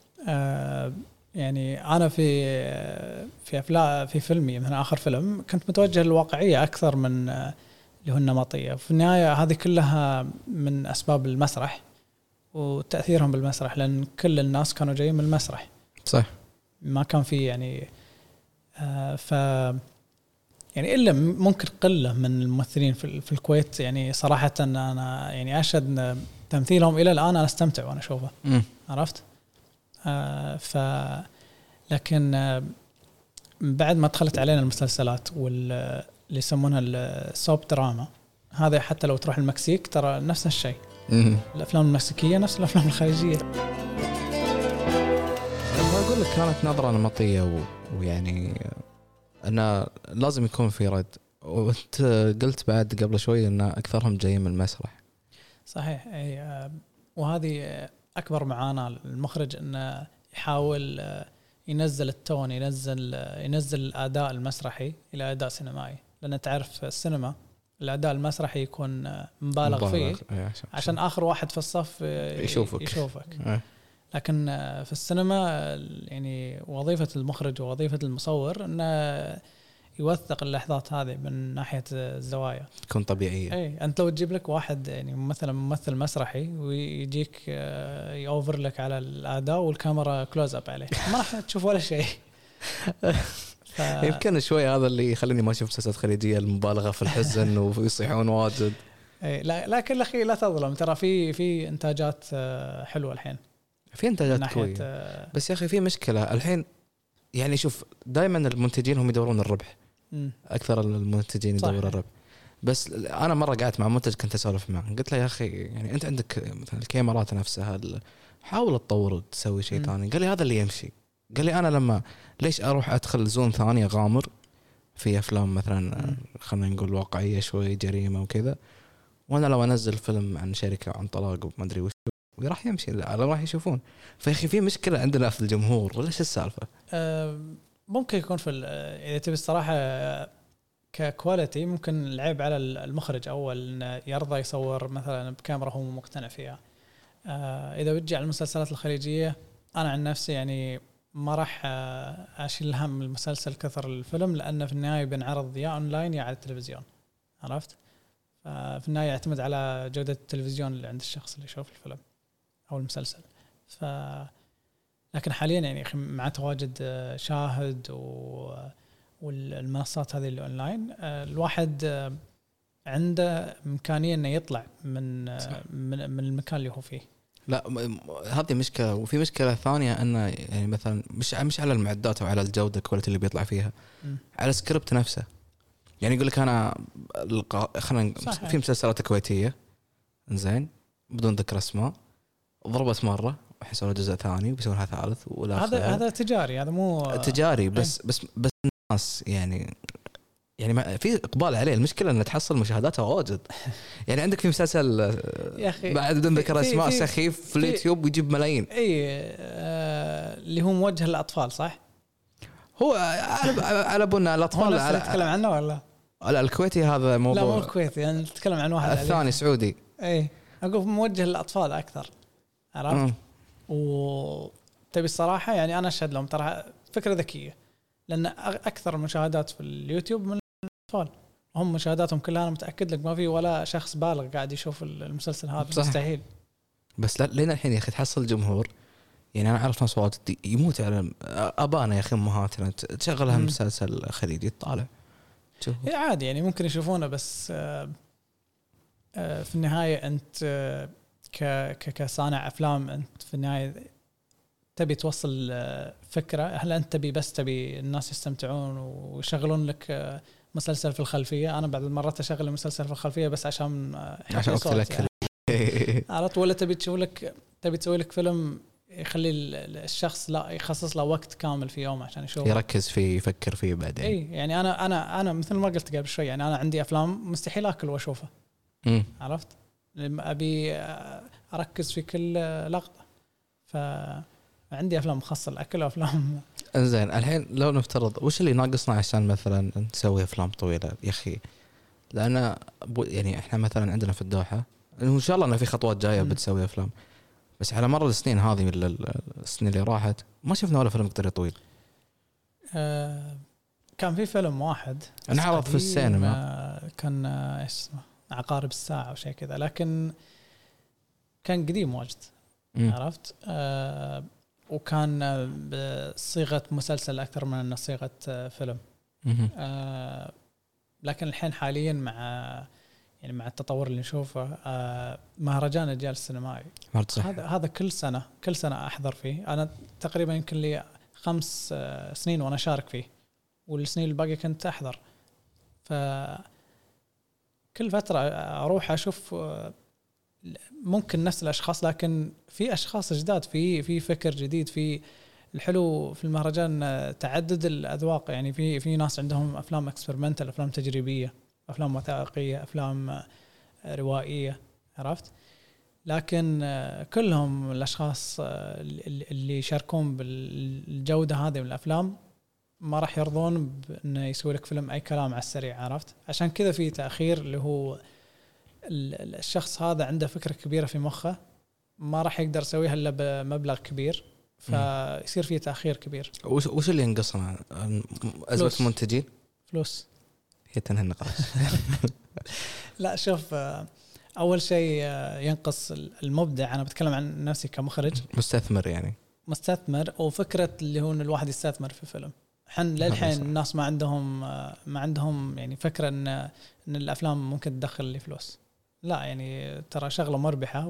يعني انا في فيلمي مثلا اخر فيلم كنت متوجه للواقعيه اكثر من اللي هو النمطيه. في النهايه هذه كلها من اسباب المسرح وتاثيرهم بالمسرح، لان كل الناس كانوا جايين من المسرح، صح؟ ما كان في يعني يعني إلا ممكن قلة من الممثلين في الكويت. يعني صراحة أنا يعني أشهد تمثيلهم إلى الآن أنا أستمتع وأنا أشوفه، عرفت؟ لكن بعد ما دخلت علينا المسلسلات واللي يسمونها السوب دراما، هذا حتى لو تروح المكسيك ترى نفس الشيء. الأفلام المكسيكية نفس الأفلام الخليجية. أقول لك كانت نظرة نمطية ويعني أنه لازم يكون في رد. وأنت قلت بعد قبل شوي أن أكثرهم جايين من المسرح. صحيح. أي وهذه أكبر معاناة المخرج، أنه يحاول ينزل التون، ينزل الأداء المسرحي إلى أداء سينمائي، لأن تعرف السينما الأداء المسرحي يكون مبالغ فيه عشان آخر واحد في الصف يشوفك. لكن في السينما يعني وظيفة المخرج ووظيفة المصور أنه يوثق اللحظات هذه من ناحية الزوايا، تكون طبيعية. أي أنت لو تجيب لك واحد يعني ممثل مسرحي ويجيك يأوفر لك على الأداء والكاميرا كلوز أب عليه، ما راح تشوف ولا شيء. يمكن شوي هذا اللي يخليني ما أشوف مسلسلات خليجية، المبالغة في الحزن ويصيحون واجد. لكن أخي لا تظلم، ترى في إنتاجات حلوة الحين، في إنتاجات قوية. بس يا أخي في مشكلة الحين، يعني شوف دائما المنتجين هم يدورون الربح، أكثر المنتجين يدورون الربح. بس أنا مرة قعدت مع منتج كنت أسولف معه، قلت له يا أخي يعني أنت عندك مثلا الكاميرات نفسها، حاول تطور تسوي شيء ثاني. قال لي هذا اللي يمشي. قال لي أنا لما ليش أروح أدخل زون ثانية غامر في أفلام مثلا خلينا نقول واقعية شوي جريمة وكذا، وأنا لو أنزل فيلم عن شركة عن طلاق وما أدري وش وراح يمشي، لا راح يشوفون. فيخي في مشكلة عندنا في الجمهور ولا إيش السالفة؟ ممكن يكون في إذا تبي الصراحة ككواليتي، ممكن العيب على المخرج أول إنه يرضى يصور مثلا بكاميرا هو مقتنع فيها. إذا بتجي على المسلسلات الخليجية، أنا عن نفسي يعني ما راح أشيل هم المسلسل كثر الفيلم، لأنه في النهاية بنعرض يا أونلاين يا على التلفزيون، عرفت؟ في النهاية يعتمد على جودة التلفزيون اللي عند الشخص اللي يشوف الفيلم أو المسلسل. لكن حاليا يعني مع تواجد شاهد والمنصات هذه اللي أونلاين، الواحد عنده إمكانية إنه يطلع من المكان اللي هو فيه. لا هذه مشكلة. وفي مشكلة ثانية أنه يعني مثلا مش على المعدات أو على الجودة كواليتي اللي بيطلع فيها، على السكريبت نفسه. يعني يقول لك أنا خلينا في مسلسلات كويتية إنزين بدون ذكر اسماء ضربت مرة وحسوا جزء ثاني وبيسوونها ثالث ولا هذا تجاري، هذا مو تجاري بس الناس يعني ما في اقبال عليه. المشكله ان تحصل مشاهداتها واجد. يعني عندك في مسلسل يا اخي بعد بدون ذكر اسماء سخيف في اليوتيوب ويجيب ملايين. اللي هو موجه للاطفال صح؟ هو على بنا الاطفال على نتكلم عنه ولا لا الكويتي هذا موضوع. لا مو الكويتي يعني نتكلم عن واحد الثاني سعودي. اقول موجه للاطفال اكثر عرفت. وتبي الصراحه يعني انا اشهد لهم ترى فكره ذكيه، لأن أكثر المشاهدات في اليوتيوب من الأطفال، هم مشاهداتهم كلها أنا متأكد لك ما في ولا شخص بالغ قاعد يشوف المسلسل هذا. مستحيل. بس لا لين الحين يا أخي تحصل جمهور. يعني أنا أعرف ناس واجد يموت على أبانا يا أخي أمهاتنا تشغلها مسلسل خليجي تطالع عادي يعني ممكن يشوفونه، بس في النهاية أنت كصانع أفلام أنت في النهاية تبي توصل فكرة. هل أنت تبي الناس يستمتعون ويشغلون لك مسلسل في الخلفية؟ أنا بعض المرات أشغل المسلسل في الخلفية بس عشان أقتل لك عرفت. ولا تبي تسوي لك فيلم يخلي الشخص لا يخصص له وقت كامل في يوم عشان يشوف يركز فيه يفكر فيه بعدين. يعني أنا مثل ما قلت قبل شوي، يعني أنا عندي أفلام مستحيل أكل وأشوفها. عرفت. أبي أركز في كل لقطة، عندي أفلام مخصصة للأكل وأفلام. إنزين الحين لو نفترض وش اللي ناقصنا عشان مثلا نسوي أفلام طويلة يا أخي؟ لأن يعني إحنا مثلا عندنا في الدوحة إن شاء الله أن في خطوات جاية بتسوي أفلام، بس على مر السنين هذه من السنين اللي راحت ما شفنا ولا فيلم قصير طويل. كان في فيلم واحد انعرض في السينما كان اسمه عقارب الساعة أو شيء كذا، لكن كان قديم واجد. عرفت. وكان بصيغة مسلسل أكثر من أنه صيغة فيلم. لكن الحين حاليا مع التطور اللي نشوفه مهرجان الرجال السينمائي هذا كل سنة أحضر فيه. أنا تقريبا يمكن لي 5 سنين وأنا شارك فيه، والسنين الباقية كنت أحضر. فكل فترة أروح أشوف ممكن نفس الأشخاص، لكن في أشخاص جداد، في فكر جديد. في الحلو في المهرجان تعدد الأذواق. يعني في ناس عندهم أفلام إكسبيرمنتال، أفلام تجريبية، أفلام وثائقية، أفلام روائية. عرفت. لكن كلهم الأشخاص اللي يشاركون بالجودة هذه من الأفلام ما راح يرضون بأنه يسوي لك فيلم أي كلام على السريع. عرفت. عشان كذا في تأخير، اللي هو الشخص هذا عنده فكرة كبيرة في مخه ما راح يقدر يسويها إلا بمبلغ كبير، فيصير فيه تأخير كبير. وش اللي ينقصنا؟ أزمة منتجين؟ فلوس. هي تنهي النقاش. لا شوف، أول شيء ينقص المبدع. أنا بتكلم عن نفسي كمخرج. مستثمر يعني مستثمر، وفكرة اللي هو الواحد يستثمر في فيلم. للحين الناس ما عندهم يعني فكرة إن الأفلام ممكن تدخل لي فلوس. لا يعني ترى شغلة مربحة.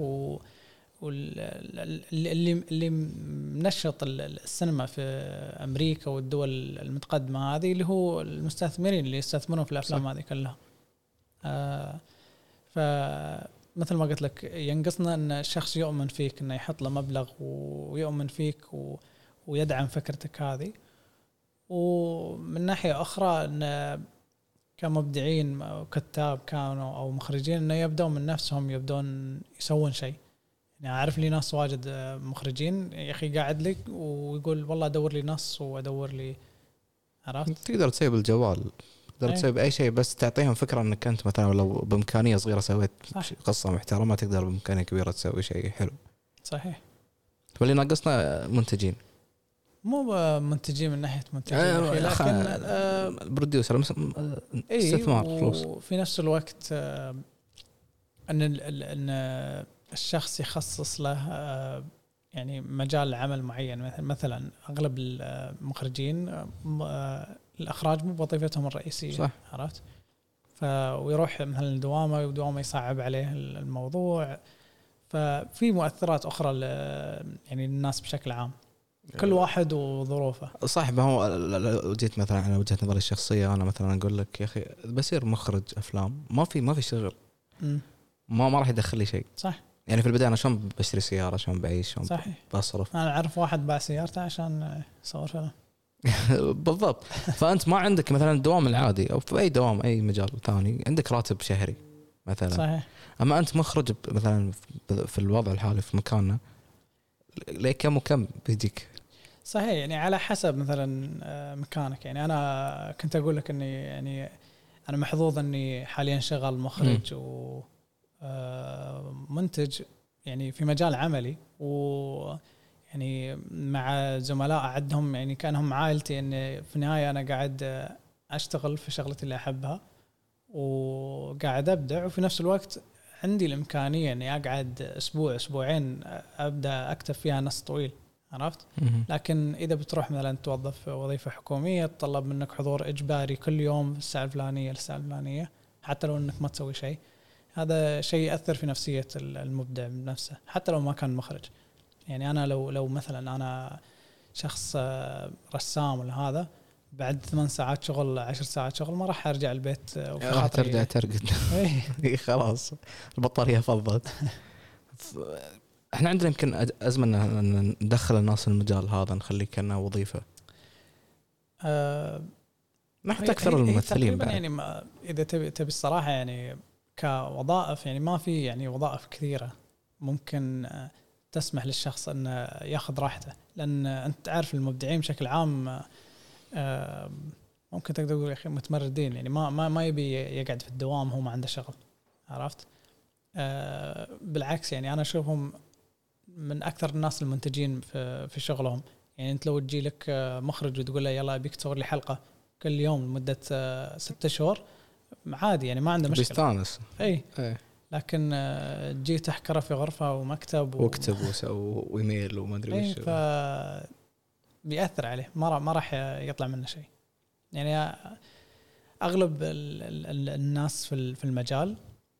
واللي منشط السينما في أمريكا والدول المتقدمة هذه اللي هو المستثمرين اللي يستثمرون في الأفلام هذه كلها. فمثل ما قلت لك ينقصنا أن الشخص يؤمن فيك، أنه يحط له مبلغ ويؤمن فيك ويدعم فكرتك هذه. ومن ناحية أخرى أن كمبدعين وكتاب كانوا أو مخرجين أنه يبدون من نفسهم، يبدون يسوون شيء. يعني أعرف لي ناس واجد مخرجين يا أخي قاعد لك ويقول والله أدور لي نص وأدور لي. عرفت. تقدر تسوي بالجوال، تقدر تسوي بأي شيء، بس تعطيهم فكرة أنك أنت مثلا لو بإمكانية صغيرة سويت قصة محترمة تقدر بإمكانية كبيرة تسوي شيء حلو. صحيح. واللي ناقصنا منتجين، مو منتجين من ناحية منتجين، لكن بروديوسر استثمار فلوس. وفي نفس الوقت أن الشخص يخصص له يعني مجال عمل معين. مثلا أغلب المخرجين الإخراج مو وظيفتهم الرئيسية. صح. عرفت. ويروح مثلا دوامه ودوامه يصعب عليه الموضوع. ففي مؤثرات اخرى يعني الناس بشكل عام، كل واحد وظروفه. صح. ما هو لو جيت مثلا على وجهة نظري الشخصية، أنا مثلا أقول لك يا أخي بصير مخرج أفلام، ما في شغل، ما راح يدخل لي شيء. صح. يعني في البداية أنا شلون بشتري سيارة، شلون بعيش، شلون بصرف. أنا أعرف واحد باع سيارته عشان يصور فيلم. بالضبط. فأنت ما عندك مثلا الدوام العادي أو في أي دوام أي مجال ثاني عندك راتب شهري مثلا. صحيح. أما أنت مخرج مثلا في الوضع الحالي في مكاننا، ليه كم وكم بيجيك؟ صحيح. يعني على حسب مثلا مكانك. يعني أنا كنت أقول لك إني يعني أنا محظوظ إني حاليا شغال مخرج ومنتج يعني في مجال عملي، ويعني مع زملاء أعدهم يعني كأنهم عائلتي. إن في النهاية أنا قاعد أشتغل في شغلتي اللي أحبها وقاعد أبدع، وفي نفس الوقت عندي الإمكانية إني أقعد أسبوع أسبوعين أبدأ أكتب فيها نص طويل. عرفت؟ لكن إذا بتروح مثلا توظف وظيفة حكومية تطلب منك حضور إجباري كل يوم الساعة الفلانية للساعة الفلانية، حتى لو إنك ما تسوي شيء، هذا شيء يأثر في نفسية المبدع نفسه حتى لو ما كان مخرج. يعني أنا لو مثلا أنا شخص رسام ولا هذا، بعد 8 ساعات شغل 10 ساعات شغل ما راح أرجع البيت راح ترجع ترقد. خلاص البطارية فضت. احنا عندنا يمكن أزمة أن ندخل الناس المجال هذا، نخليه كأنه وظيفة. نحن أكثر الممثلين بعد. يعني إذا تبي الصراحة يعني كوظائف، يعني ما في يعني وظائف كثيرة ممكن تسمح للشخص أن يأخذ راحته، لأن أنت تعرف المبدعين بشكل عام ممكن تقدر تقول يا أخي متمردين، يعني ما يبي يقعد في الدوام هو ما عنده شغل. عرفت؟ بالعكس يعني أنا أشوفهم من أكثر الناس المنتجين في شغلهم. يعني أنت لو تجي لك مخرج وتقول له يلا أبيك تصور لي حلقة كل يوم لمدة 6 شهور عادي، يعني ما عنده مشكلة، بيستانس. أي. لكن تجي تحكره في غرفة ومكتب واكتب وإيميل وما أدري وش، بيأثر عليه، ما راح يطلع منه شيء. يعني أغلب الناس في المجال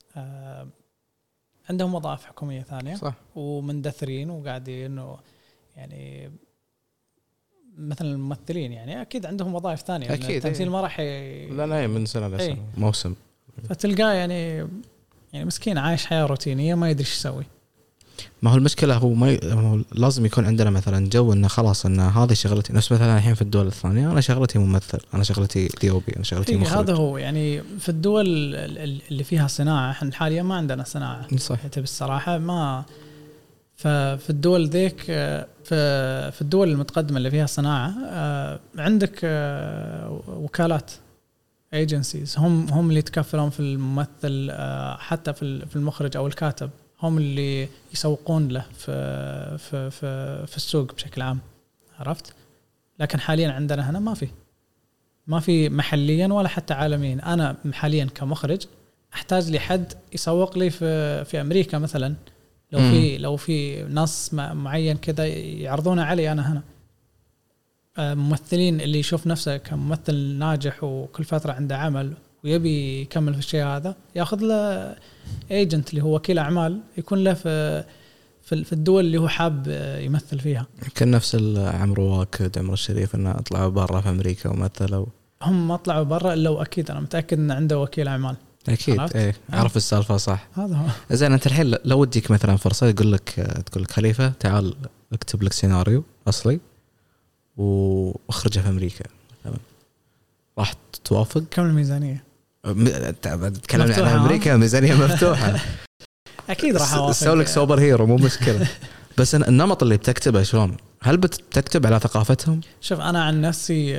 عندهم وظائف حكومية ثانية. صح. ومندثرين وقاعدين يعني مثلا الممثلين يعني أكيد عندهم وظائف ثانية. أكيد. التمثيل ما راح لا من سنة لسنة موسم. فتلقاه يعني مسكين عايش حياة روتينية ما يدري ايش يسوي. ما هو المشكلة هو لازم يكون عندنا مثلا جو إنه خلاص إن هذه شغلتي. نفس مثلا الحين في الدول الثانية أنا شغلتي ممثل، أنا شغلتي ديوبي، أنا شغلتي مخرج. هذا هو يعني في الدول اللي فيها صناعة. احنا حاليا ما عندنا صناعة. صح. بالصراحة ما. ففي الدول ذيك في الدول المتقدمة اللي فيها صناعة عندك وكالات agencies هم اللي يتكفلون في الممثل، حتى في المخرج أو الكاتب هم اللي يسوقون له في السوق بشكل عام. عرفت؟ لكن حاليا عندنا هنا ما في محليا ولا حتى عالميا. أنا حاليا كمخرج أحتاج لي حد يسوق لي في أمريكا مثلا. لو في ناس معين كذا يعرضونه علي أنا هنا. ممثلين اللي يشوف نفسه كممثل ناجح وكل فترة عنده عمل ويبي يكمل في الشيء هذا، ياخذ له ايجنت اللي هو وكيل اعمال يكون له في الدول اللي هو حاب يمثل فيها. كان نفس عمرو واكد، عمرو الشريف، انه طلعوا برا في امريكا ومثلوا. هم ما طلعوا برا الا واكيد انا متاكد ان عنده وكيل اعمال. اكيد. ايه عرف السالفه. صح. هذا هو. زين انت الحين لو وديك مثلا فرصه تقول لك خليفه تعال اكتب لك سيناريو اصلي واخرجه في امريكا مثلا، راح توافق؟ كم الميزانيه؟ تكلمنا عن امريكا ميزانيه مفتوحه. اكيد راح اوافق. اسوي لك سوبر هيرو مو مشكله. بس النمط اللي بتكتبه شلون؟ هل بتكتب على ثقافتهم؟ شوف انا عن نفسي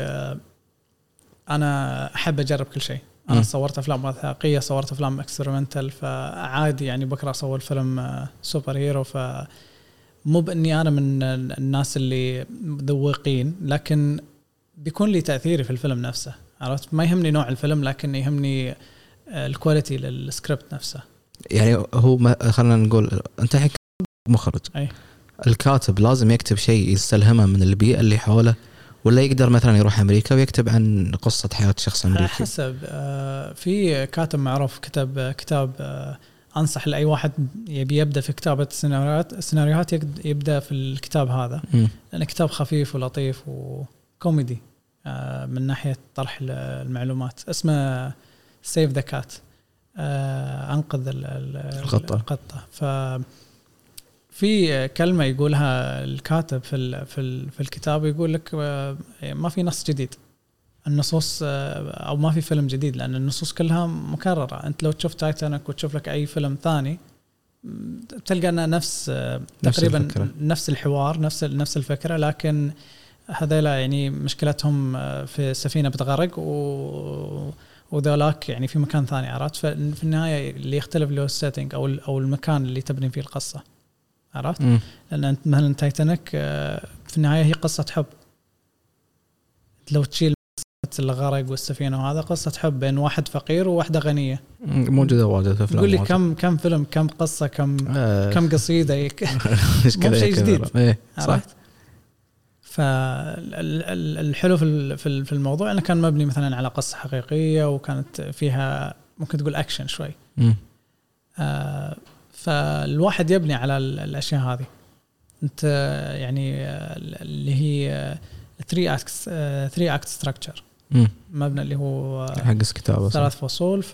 انا احب اجرب كل شيء. انا صورت افلام وثائقيه، صورت افلام اكسبيرمنتال، فعادي يعني بكره اصور فيلم سوبر هيرو. مو باني انا من الناس اللي ذوقين، لكن بيكون لي تاثيري في الفيلم نفسه. عرفت؟ ما يهمني نوع الفيلم لكن يهمني الكواليتي للسكريبت نفسه. يعني هو خلينا نقول انت الحين مخرج، أي. الكاتب لازم يكتب شيء يستلهمه من البيئه اللي حوله، ولا يقدر مثلا يروح أمريكا ويكتب عن قصة حياة شخص على أمريكي؟ حسب. في كاتب معروف كتب كتاب، أنصح لأي واحد يبي يبدأ في كتابة سيناريوهات يبدأ في الكتاب هذا، لأنه كتاب خفيف ولطيف وكوميدي من ناحية طرح المعلومات. اسمه Save the Cat، أنقذ القطة. ففي كلمة يقولها الكاتب في الكتاب، يقول لك ما في نص جديد، النصوص أو ما في فيلم جديد، لأن النصوص كلها مكررة. أنت لو تشوف تايتانيك وتشوف لك أي فيلم ثاني تلقى أنه تقريبا نفس الحوار، نفس الفكرة، لكن هذيلا يعني مشكلتهم في سفينة بتغرق وذولاك يعني في مكان ثاني، عرفت؟ ففي النهاية اللي يختلف له السيتنج أو المكان اللي تبني فيه القصة، عرفت؟ لأن أنت مثلا تايتانيك في النهاية هي قصة حب، لو تشيل الغرق والسفينة، وهذا قصة حب بين واحد فقير وواحدة غنية، موجودة واجد في أفلام. يقول لي كم فيلم، كم قصة، كم قصيدة، مو شيء جديد، عرفت؟ فالحلو في الموضوع أنه كان مبني مثلا على قصة حقيقية، وكانت فيها ممكن تقول أكشن شوي. فالواحد يبني على الأشياء هذه. أنت يعني اللي هي 3 act structure مبنى اللي هو حق كتابة 3 فصول.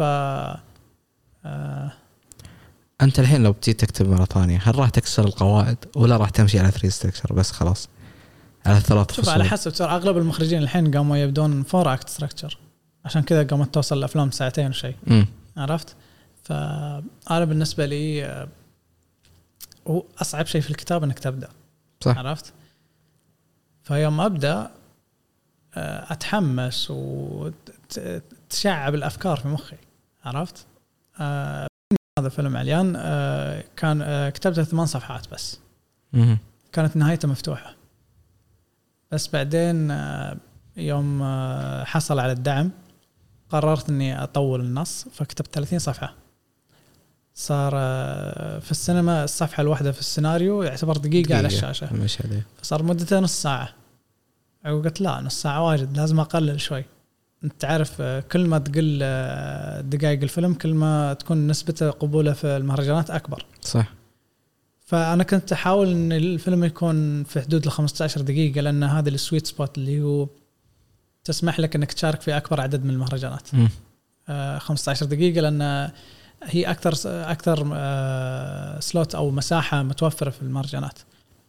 أنت الحين لو بتيجي تكتب مرة ثانية، هل راح تكسر القواعد ولا راح تمشي على 3 structure بس خلاص على 3 فصول؟ شوف، على حسب. ترى أغلب المخرجين الحين قاموا يبدون 4 act structure، عشان كذا قامت توصل الأفلام 2 ساعة وشيء، عرفت؟ فأنا بالنسبة لي هو أصعب شيء في الكتاب أنك تبدأ، صح. عرفت؟ فيوم أبدأ أتحمس وتشعب الأفكار في مخي، عرفت؟ هذا فيلم عليان كان كتبته 8 صفحات بس، كانت نهايته مفتوحة. بس بعدين يوم حصل على الدعم قررت أني أطول النص، فكتبت 30 صفحة. صار في السينما الصفحة الواحدة في السيناريو يعتبر دقيقة على الشاشة، فصار مدته نص ساعة. وقلت لا، نص ساعة واجد، لازم أقلل شوي. أنت تعرف كل ما تقل دقائق الفيلم كل ما تكون نسبة قبوله في المهرجانات أكبر، صح. فأنا كنت أحاول أن الفيلم يكون في حدود 15 دقيقة، لأن هذا السويت سبوت اللي هو تسمح لك أنك تشارك في أكبر عدد من المهرجانات. 15 دقيقة لأن هي أكثر سلوت أو مساحة متوفرة في المهرجانات.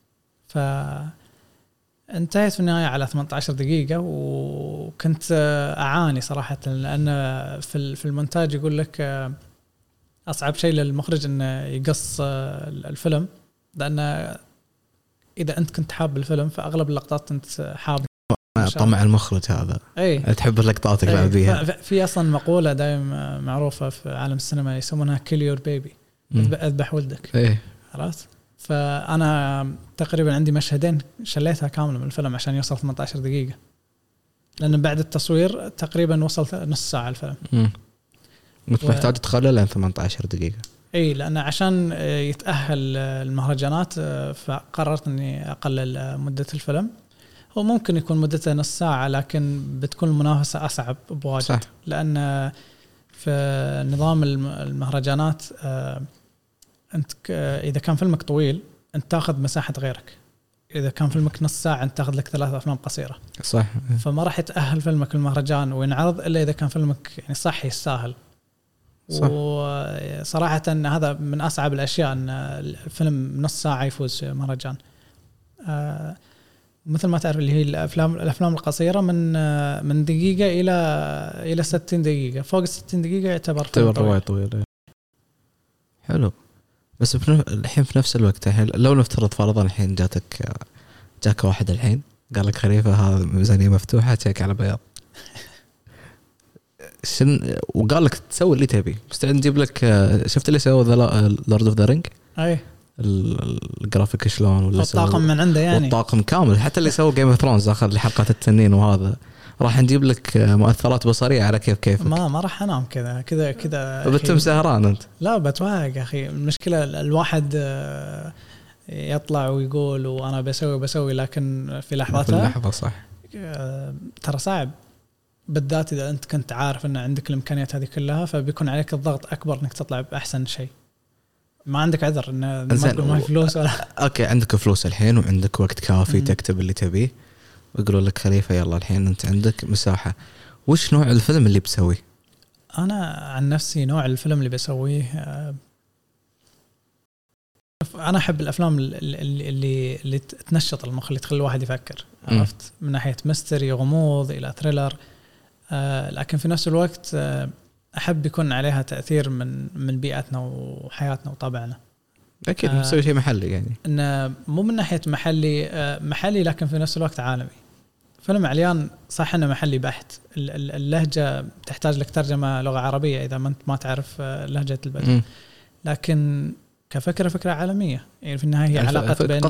فانتهيت في النهاية على 18 دقيقة، وكنت أعاني صراحة، لأن في المونتاج يقول لك أصعب شيء للمخرج أنه يقص الفيلم، لأن إذا أنت كنت حاب الفيلم فأغلب اللقطات أنت حاب. طمع المخرج هذا، تحب اللقطات اللي بيها. في أصلا مقولة دائما معروفة في عالم السينما يسمونها kill your baby، اذبح ولدك. عرفت؟ فأنا تقريبا عندي مشهدين شليتها كاملة من الفيلم عشان يوصل 18 دقيقة، لأن بعد التصوير تقريبا وصل نص ساعة الفيلم. محتاج تقلل عن 18 دقيقة. لأن عشان يتأهل المهرجانات فقررت أني أقلل مدة الفيلم. هو ممكن يكون مدته نص ساعة، لكن بتكون المنافسة أصعب بواجد، صح. لأن في نظام المهرجانات أنت إذا كان فيلمك طويل أنت تأخذ مساحة غيرك، إذا كان فيلمك نص ساعة أنت تأخذ لك 3 أفلام قصيرة، صح. فما راح يتأهل فيلمك المهرجان وينعرض إلا إذا كان فيلمك يعني صح يستاهل. وصراحة هذا من أصعب الأشياء، أن الفيلم نص ساعة يفوز في مهرجان. مثل ما تعرف اللي هي الأفلام القصيرة من دقيقة إلى 60 دقيقة، فوق 60 دقيقة يعتبر طويل. حلو. بس الحين في نفس الوقت لو نفترض فرضا الحين جاك واحد الحين قال لك خليفة هذا ميزانية مفتوحة تشيك على بياض وقال لك تسوي اللي تبي، بس نجيب لك شفت اللي سووا لورد اوف ذا رينج، الجرافيك شلون ولا الطاقم من عنده، يعني الطاقم كامل، حتى اللي سووا جيم اوف ثرونز اخر حلقات التنين، وهذا راح نجيب لك مؤثرات بصرية على كيفك. ما راح انام كذا بتم سهران انت. لا بتوهق يا اخي. المشكلة الواحد يطلع ويقول وانا بسوي، لكن في لحظتها صح ترى صعب، بالذات إذا أنت كنت عارف أن عندك الإمكانيات هذه كلها، فبيكون عليك الضغط أكبر إنك تطلع بأحسن شيء. ما عندك عذر إن ما تقول ما في فلوس ولا أوكي عندك فلوس الحين وعندك وقت كافي تكتب اللي تبيه، ويقولوا لك خليفة يلا الحين أنت عندك مساحة، وش نوع الفيلم اللي بتسويه؟ أنا عن نفسي نوع الفيلم اللي بسويه أنا أحب الأفلام اللي تنشط المخ، اللي تخلي الواحد يفكر، عرفت، من ناحية ميستري غموض إلى ثريلر، لكن في نفس الوقت أحب يكون عليها تأثير من بيئتنا وحياتنا وطبعنا. أكيد مسوي شيء محلي، يعني إنه مو من ناحية محلي لكن في نفس الوقت عالمي. فيلم عليان صح إنه محلي بحت، اللهجة تحتاج لك ترجمة لغة عربية إذا ما تعرف لهجة البلد، لكن كفكرة عالمية، يعني في النهاية هي علاقة بين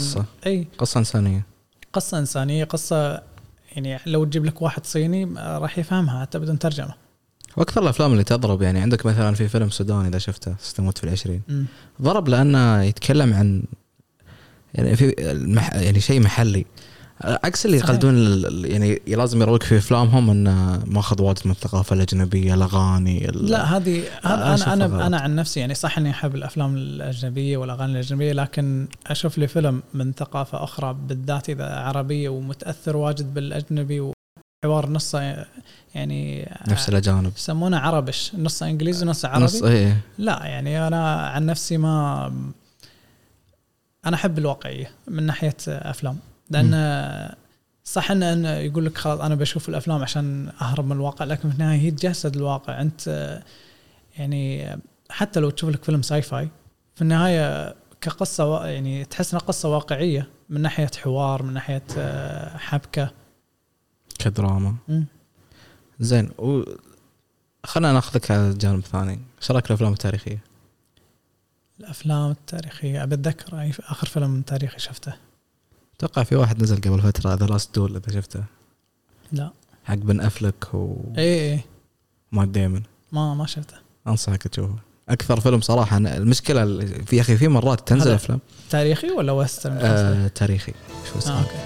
قصة إنسانية، قصة يعني لو تجيب لك واحد صيني راح يفهمها حتى بدون ترجمة. واكثر الافلام اللي تضرب، يعني عندك مثلا في فيلم سوداني اذا شفته استموت في العشرين، ضرب لانه يتكلم عن يعني في يعني شيء محلي، عكس اللي يقلدون يعني لازم يروك في افلامهم ان ماخذ واجد من الثقافه الاجنبيه، الاغاني لا هذه انا عن نفسي يعني صح اني احب الافلام الاجنبيه والاغاني الاجنبيه، لكن اشوف لي فيلم من ثقافه اخرى بالذات اذا عربيه ومتاثر واجد بالاجنبي وحوار نصه يعني نفس الاجانب يسمونه عربش، نص انجليزي ونص عربي. لا يعني انا عن نفسي ما انا احب الواقعيه من ناحيه افلام، لأن صح إن يقول لك خلاص أنا بشوف الأفلام عشان أهرب من الواقع، لكن في النهاية هي تجسد الواقع. أنت يعني حتى لو تشوف لك فيلم ساي فاي في النهاية كقصة يعني تحس إنها قصة واقعية من ناحية حوار، من ناحية حبكة، كدراما. زين، خلنا ناخذك على الجانب الثاني، شو رأيك الأفلام التاريخية؟ الأفلام التاريخية أتذكر أي آخر فيلم تاريخي شفته، توقع في واحد نزل قبل فترة ذا لاست دول، إذا شفته. لا حق بن أفلك إيه مات ديمون. ما شفته، أنصحك تشوفه. أكثر فيلم صراحة. المشكلة في أخي في مرات تنزل أفلام تاريخي ولا وسترن؟ تاريخي. شو أوكي.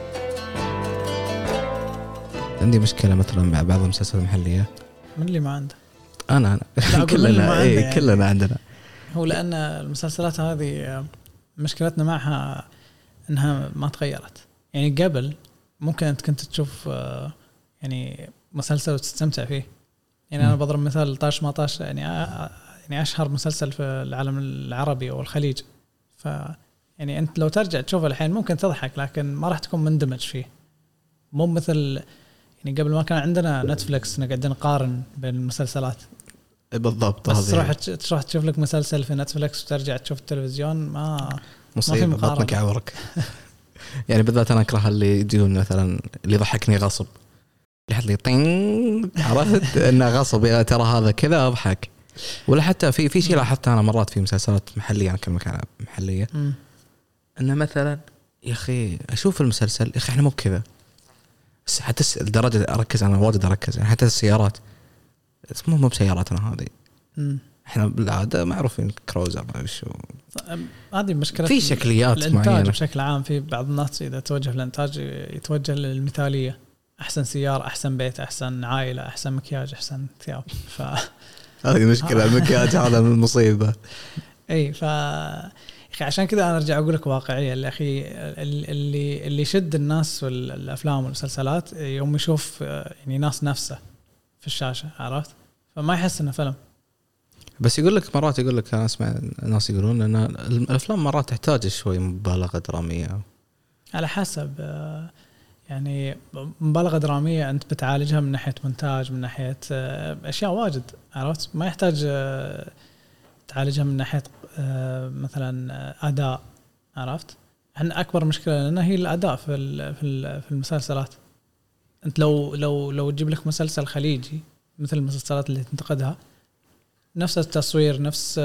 عندي مشكلة مثلا مع بعض المسلسلات المحلية. من اللي ما عنده؟ أنا كلنا يعني. كلنا عندنا. هو لأن المسلسلات هذه مشكلتنا معها انها ما تغيرت. يعني قبل ممكن انت كنت تشوف يعني مسلسل وتستمتع فيه. يعني انا بضرب مثال طاش ما طاش، يعني اشهر مسلسل في العالم العربي او الخليج، ف يعني انت لو ترجع تشوفه الحين ممكن تضحك لكن ما راح تكون مندمج فيه. مو مثل يعني قبل ما كان عندنا نتفليكس نقعد نقارن بين المسلسلات. بالضبط. بس تروح تشوف لك مسلسل في نتفليكس وترجع تشوف التلفزيون، ما في مقارنة. بطنك عورك. يعني بالذات أنا أكره اللي يجون مثلا اللي يضحكني غصب، اللي يحط لي طين، عرفت إنه غصب، ترى هذا كذا أضحك. ولا حتى في شيء لاحظته أنا مرات في مسلسلات محلية، أنا كلمة على محلية، إنه مثلا يا أخي أشوف المسلسل يا أخي إحنا مو بكذا، بس حتى الدرجة أركز، أنا واجد أركز، يعني حتى السيارات مو بسياراتنا هذه، احنا بالعاده معروفين كروزر شو. هذه مشكله في شكليات معينه بشكل عام. في بعض الناس اذا توجه للانتاج يتوجه للمثاليه، احسن سياره، احسن بيت، احسن عائله، احسن مكياج، احسن ثياب. هذه مشكله. المكياج هذا من المصيبه. اي اخي عشان كذا انا ارجع اقول لك واقعيه. اللي اخي اللي يشد الناس والافلام والمسلسلات يوم يشوف يعني ناس نفسه في الشاشه، عرفت، فما يحس انه فيلم. بس يقول لك مرات، يقول لك انا اسمع الناس يقولون ان الافلام مرات تحتاج شوي مبالغه دراميه، على حسب. يعني مبالغه دراميه انت بتعالجها من ناحيه مونتاج، من ناحيه اشياء واجد، عرفت، ما يحتاج تعالجها من ناحيه مثلا اداء، عرفت. احنا اكبر مشكله لنا هي الاداء في المسلسلات. انت لو تجيب لك مسلسل خليجي مثل المسلسلات اللي تنتقدها، نفس التصوير،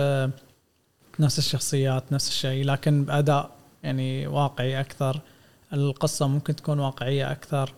نفس الشخصيات، نفس الشيء، لكن بأداء يعني واقعي أكثر، القصة ممكن تكون واقعية أكثر،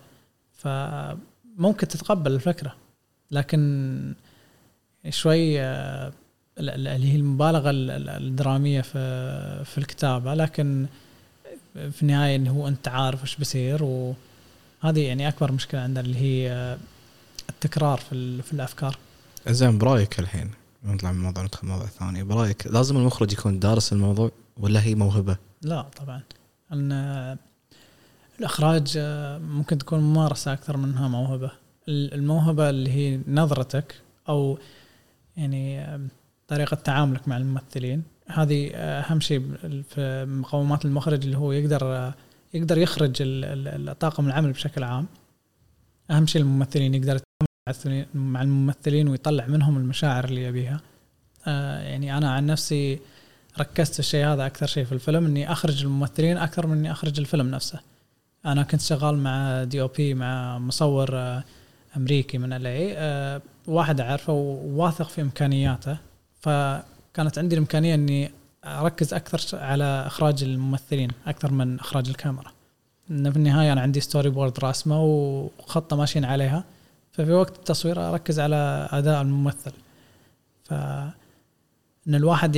فممكن تتقبل الفكرة. لكن شوي اللي هي المبالغة الدرامية في الكتابة، لكن في النهاية إنه هو أنت عارف إيش بيصير وهذا هذه يعني اكبر مشكله عندنا اللي هي التكرار في الافكار. زين برايك الحين نطلع من موضوع ندخل موضوع ثاني، برايك لازم المخرج يكون دارس الموضوع ولا هي موهبه؟ لا طبعا، ان الاخراج ممكن تكون ممارسه اكثر منها موهبه. الموهبه اللي هي نظرتك او يعني طريقه تعاملك مع الممثلين، هذه اهم شيء في مقومات المخرج، اللي هو يقدر يخرج الطاقم العمل بشكل عام. اهم شيء الممثلين يقدر يتعامل مع الممثلين ويطلع منهم المشاعر اللي يبيها. يعني انا عن نفسي ركزت الشيء هذا اكثر شيء في الفيلم، اني اخرج الممثلين اكثر من اني اخرج الفيلم نفسه. انا كنت شغال مع DOP، مع مصور امريكي من LA، واحد اعرفه وواثق في امكانياته، فكانت عندي الامكانيه اني اركز اكثر على اخراج الممثلين اكثر من اخراج الكاميرا. إن في النهايه انا عندي ستوري بورد راسمه وخطه ماشيين عليها، ففي وقت التصوير اركز على اداء الممثل. فان الواحد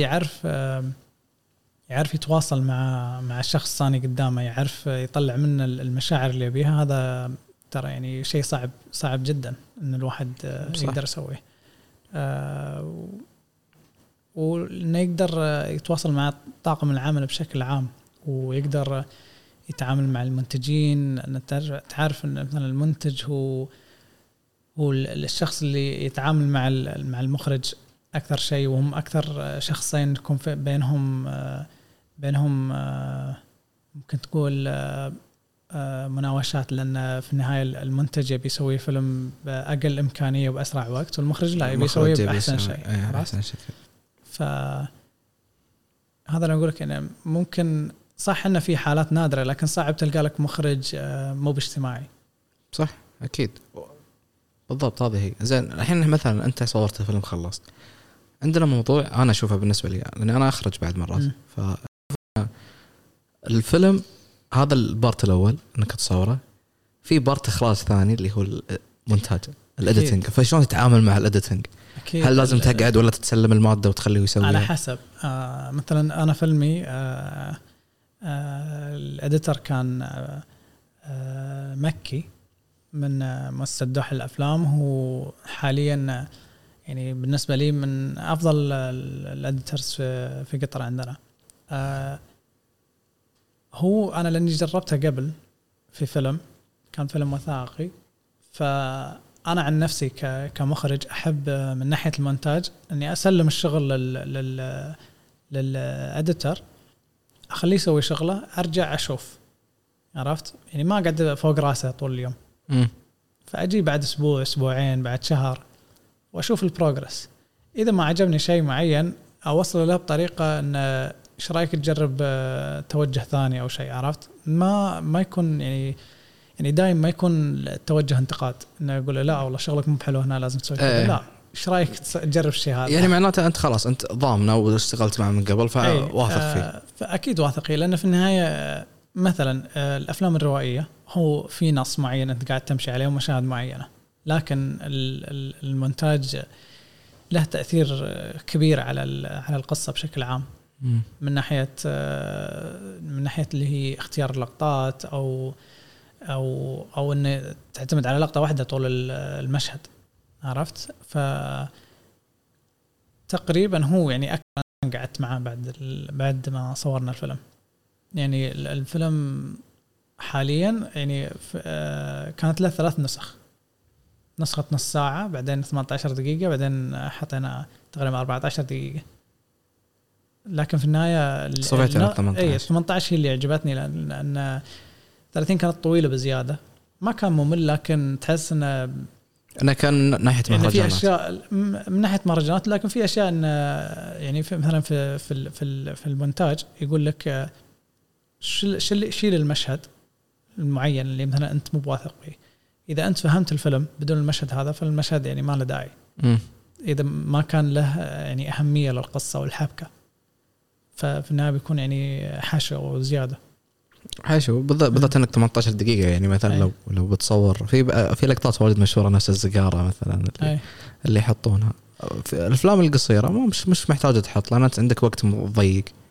يعرف يتواصل مع الشخص الثاني قدامه، يعرف يطلع منه المشاعر اللي يبيها، هذا ترى يعني شيء صعب جدا ان الواحد يقدر يسويه. وانه يقدر يتواصل مع طاقم العمل بشكل عام، ويقدر يتعامل مع المنتجين. ان تعرف ان مثلا المنتج هو الشخص اللي يتعامل مع المخرج اكثر شيء، وهم اكثر شخصين يكون بينهم ممكن تقول مناوشات، لان في النهايه المنتج يبي يسوي فيلم باقل امكانيه وباسرع وقت، والمخرج لا يبي يسويه باحسن شيء. فهذا انا اقول لك يعني ممكن صح انه في حالات نادره، لكن صعب تلقى لك مخرج مو باجتماعي. صح اكيد بالضبط، هذه هي. زين الحين مثلا انت صورت فيلم خلصت، عندنا موضوع انا اشوفه بالنسبه لي، لان انا اخرج بعد مرات، فالفيلم هذا البارت الاول انك تصوره، في بارت اخراج ثاني اللي هو المونتاج الاديتنج. فشلون تتعامل مع الاديتنج؟ هل لازم تقعد ولا تتسلم الماده وتخليه يسويها؟ على حسب. مثلا انا فيلمي الاديتر كان مكي من مؤسسة دوحة الأفلام، هو حاليا يعني بالنسبة لي من أفضل الأديترز في قطر عندنا. هو أنا لأني جربتها قبل في فيلم، كان فيلم وثائقي، فأنا عن نفسي كمخرج أحب من ناحية المونتاج أني أسلم الشغل للأديتر، أخليه يسوي شغله، أرجع أشوف، عرفت يعني ما قاعد فوق راسه طول اليوم. فأجي بعد أسبوع أسبوعين بعد شهر وأشوف البروغرس. إذا ما عجبني شيء معين أوصل له بطريقة أن إيش رأيك تجرب توجه ثاني أو شيء، عرفت؟ ما يكون يعني دائما ما يكون التوجه انتقاد، إنه يقول لا والله شغلك مو بحلو هنا لازم تسوي كذا. لا، إيش رأيك تجرب الشيء هذا؟ يعني معناته أنت خلاص أنت ضامنه واشتغلت معه من قبل فواثق فيه. فأكيد واثق فيه، لأن في النهاية مثلا الأفلام الروائية هو في نص معين أنت قاعد تمشي عليه ومشاهد معينة، لكن المونتاج له تأثير كبير على القصة بشكل عام، من ناحية اللي هي اختيار اللقطات أو إنه تعتمد على لقطة واحدة طول المشهد، عرفت؟ فتقريبا هو يعني أكثر قعدت معه بعد ما صورنا الفيلم. يعني الفيلم حاليا يعني كانت له 3 نسخ، نسخة نص ساعة، بعدين 18 دقيقة، بعدين حطينا تقريبا 14 دقيقة. لكن في النهاية 18 هي اللي عجبتني، لأن 30 كانت طويلة بزيادة، ما كان ممل، لكن تحس أنا كان ناحية مهرجانات، في أشياء من ناحية مهرجانات، لكن في أشياء يعني مثلا في المونتاج يقول لك شيل المشهد المعين اللي مثلا أنت مو واثق فيه. إذا أنت فهمت الفيلم بدون المشهد هذا، فالمشهد يعني ما له داعي، إذا ما كان له يعني أهمية للقصة والحبكة، ففي النهاية بيكون يعني حشو وزيادة. حشو بالضبط انك 18 دقيقة. يعني مثلا لو بتصور في لقطات وايد مشهورة نفس الزقارة مثلا اللي يحطونها في الافلام القصيرة، مش محتاجة تحط، لان انت عندك وقت ضيق،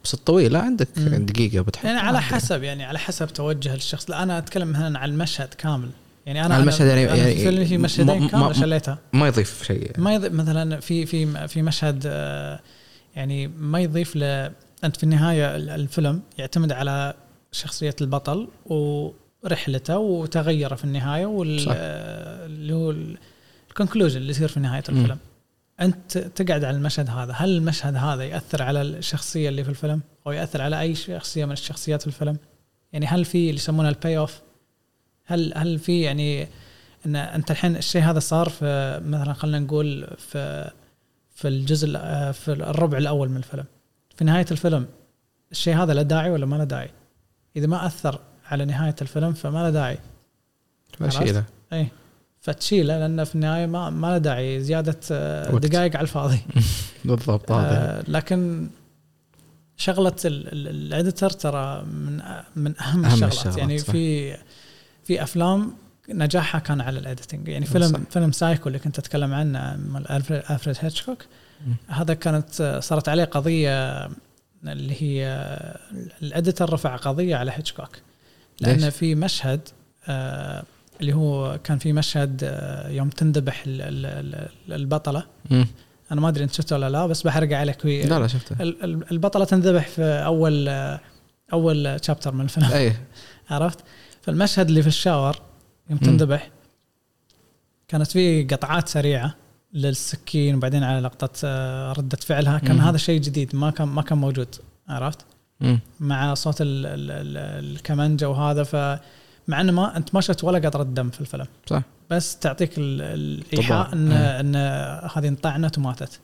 بس الطويل لا عندك دقيقة بتحط يعني على حسب، يعني على حسب توجه الشخص. لا أنا أتكلم هنا عن المشهد كامل. يعني أنا المشهد يعني في في مشهدين كامل شليتها ما يضيف شيء يعني. ما يضيف مثلا في مشهد يعني ما يضيف أنت في النهاية الفيلم يعتمد على شخصية البطل ورحلته وتغيره في النهاية اللي هو الكونكلوجن اللي يصير في نهاية الفيلم. أنت تقعد على المشهد هذا، هل المشهد هذا يأثر على الشخصية اللي في الفيلم أو يأثر على أي شخصية من الشخصيات في الفيلم؟ يعني هل في اللي يسمونه الباي أوف؟ هل في يعني إن أنت الحين الشيء هذا صار في مثلا خلنا نقول في الجزء في الربع الأول من الفيلم، في نهاية الفيلم الشيء هذا له داعي ولا ما له داعي؟ إذا ما أثر على نهاية الفيلم فما له داعي تشيله. أي فتشيله لأن في النهاية ما له داعي زيادة دقائق على الفاضي. بالضبط. لكن شغلة الإديتور ترى من أهم الشغلات. يعني في أفلام نجاحها كان على الإديتنج. يعني فيلم سايكو اللي كنت أتكلم عنه مال ألفريد هيتشكوك، هذا كانت صارت عليه قضية اللي هي الإديتور رفع قضية على هيتشكوك لأن في مشهد اللي هو كان في مشهد يوم تندبح البطلة. أنا ما أدري أنت شفته ولا لا، بس بحرق عليك. لا شفته. البطلة تنذبح في أول شابتر من الفيلم. أيه. عرفت؟ فالمشهد اللي في الشاور يوم تنذبح كانت فيه قطعات سريعة للسكين وبعدين على لقطة ردة فعلها. كان هذا شيء جديد ما كان موجود. عرفت؟ مع صوت الكمانجة وهذا. فمع أنه ما أنت ما شفت ولا قطرة دم في الفيلم، صح، بس تعطيك الإيحاء إن هذه انطعنت وماتت.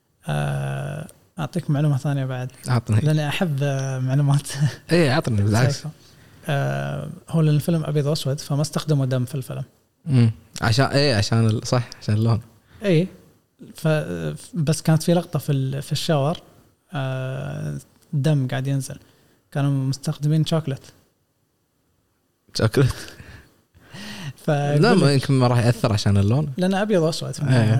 أعطيك معلومة ثانية بعد، لأني أحب معلومات. إيه عطني بالعكس. هو الفيلم أبيض وأسود فما استخدموا دم في الفيلم. عشان صح عشان اللون. بس كانت في لقطة في الشاور دم قاعد ينزل، كانوا مستخدمين شوكولات. لا ما يمكن ما راح يأثر عشان اللون لأنه أبيض وأسود.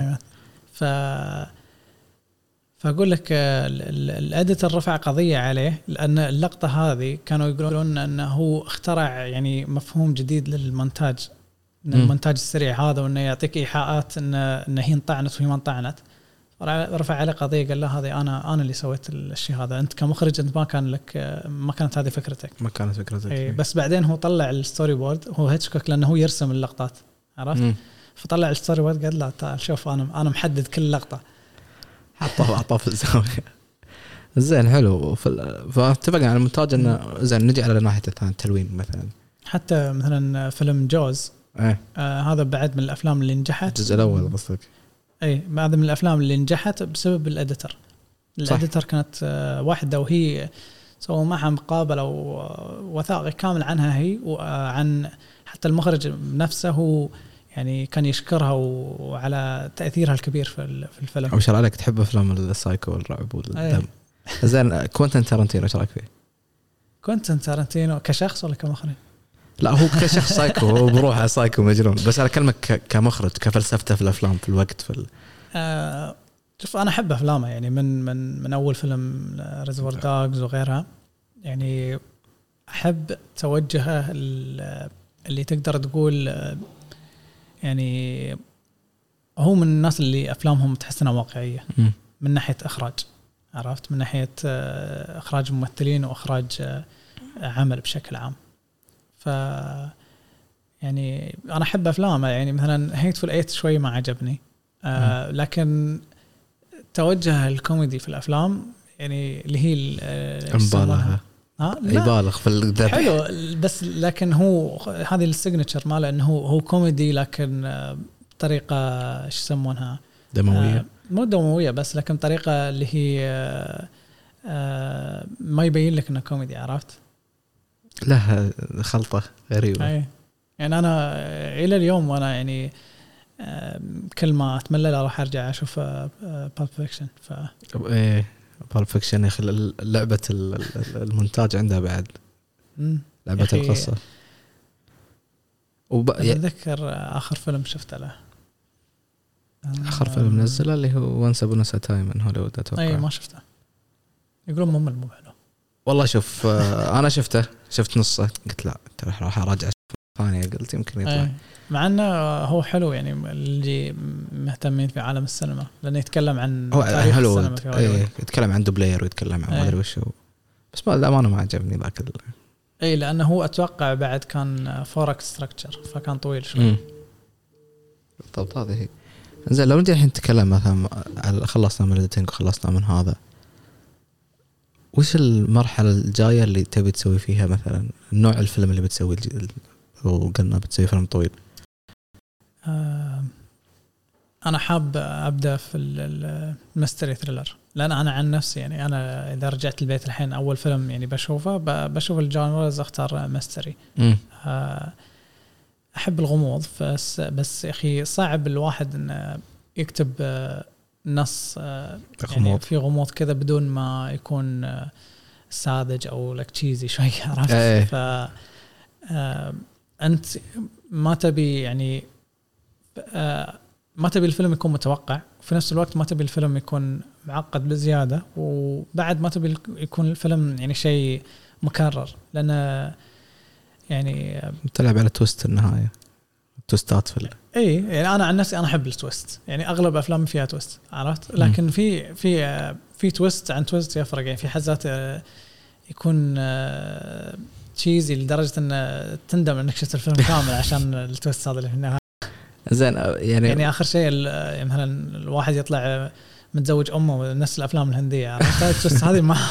فأقول لك الأديتور رفع قضية عليه لأن اللقطة هذه كانوا يقولون أنه هو اخترع يعني مفهوم جديد للمونتاج، المونتاج السريع هذا، وأنه يعطيك إيحاءات أن هي انطعنت وهي ما انطعنت. رفع عليه قضية قال له هذه أنا اللي سويت الشيء هذا، أنت كمخرج أنت ما كانت هذه فكرتك. بس بعدين هو طلع الستوري بورد، هو هيتشكوك لأنه هو يرسم اللقطات، عرفت؟ فطلع الستوري بورد قال لا تعال شوف أنا محدد كل لقطة، حطه في الزاوية. زين حلو. فاتفقنا على المونتاج انه زين. نجي على ناحية الثانية التلوين مثلا، حتى مثلا فيلم جوز هذا بعد من الأفلام اللي نجحت. الجزء الأول قصدك؟ بعد من الأفلام اللي نجحت بسبب الإديتور. الإديتور كانت واحدة وهي سووا معها مقابلة ووثائقي كامل عنها هي وعن حتى المخرج نفسه، يعني كان يشكرها وعلى تأثيرها الكبير في الفيلم. وش رأيك تحب أفلام السايكو والرعب والدم؟ زين كوينتين تارانتينو وش رأيك فيه؟ كوينتين تارانتينو كشخص ولا كمخرج؟ لا هو كشخص سايكو، هو بروحه سايكو مجنون، بس أنا أكلمك كمخرج كفلسفته في الأفلام في الوقت شوف أنا أحب أفلامه يعني من أول فيلم ريزرفوار دوغز وغيرها. يعني أحب توجهه اللي تقدر تقول يعني هو من الناس اللي أفلامهم تحس أنها واقعية من ناحية إخراج، عرفت؟ من ناحية إخراج ممثلين وإخراج عمل بشكل عام. يعني أنا أحب أفلامه. يعني مثلا هيتفول إيت شوي ما عجبني، لكن توجه الكوميدي في الأفلام يعني اللي هي يبالغ في الذبح حلو، بس لكن هو هذه السيجنتشر ماله انه هو كوميدي لكن بطريقه ايش يسمونها دمويه. مو دمويه بس لكن طريقه اللي هي ما يبين لك انه كوميدي، عرفت؟ لا خلطه غريبه. يعني انا الى اليوم وانا يعني كل ما اتملل اروح ارجع اشوف بالب فيكشن. بالب فيكشن يا اخي لعبه المونتاج عندها بعد لعبه القصه. اتذكر اخر فيلم شفته له، اخر فيلم نزله اللي هو وانس ابون تايم من هوليوود اتوقع. ما شفته، يقولون ممل مو حلو. والله شوف انا شفت نصه قلت لا راح اراجع ثانيه قلت يمكن يطلع مع انه هو حلو يعني اللي مهتمين في عالم السينما لانه يتكلم عن تاريخ السينما في هوليوود يتكلم عن دوبلاير ويتكلم عن ما ادري وش هو بس ما الامانه ما عجبني ذاك اي لانه هو اتوقع بعد كان فورك ستراكشر فكان طويل شوي. طب هذه هي زين. لو نجي الحين نتكلم مثلا خلصنا من الإديتنج وخلصنا من هذا وش المرحله الجايه اللي تبي تسوي فيها مثلا نوع الفيلم اللي بتسوي وقلنا بتسوي فيلم طويل؟ أنا حاب أبدأ في الميستري ثريلر لأن أنا عن نفسي يعني أنا إذا رجعت البيت الحين أول فيلم يعني بشوفه بشوف الجانرز أختار ميستري. أحب الغموض بس أخي صعب الواحد إنه يكتب نص يعني في غموض كذا بدون ما يكون ساذج أو لك تشيزي شوي عرفت. أنت ما تبي يعني ما تبي الفيلم يكون متوقع وفي نفس الوقت ما تبي الفيلم يكون معقد بزيادة وبعد ما تبي يكون الفيلم يعني شيء مكرر لأن يعني تلعب على تويست النهاية تويستات اي يعني أنا عن نفسي أنا أحب التويست يعني أغلب أفلامي فيها تويست عرفت لكن في تويست عن تويست يفرق يعني في حزات يكون تشيزي لدرجة أن تندم أنك شفت الفيلم كامل عشان التويست هذا اللي في النهاية. زين يعني آخر شيء مثلا الواحد يطلع متزوج أمه نفس الأفلام الهندية عرفت التويست هذه ما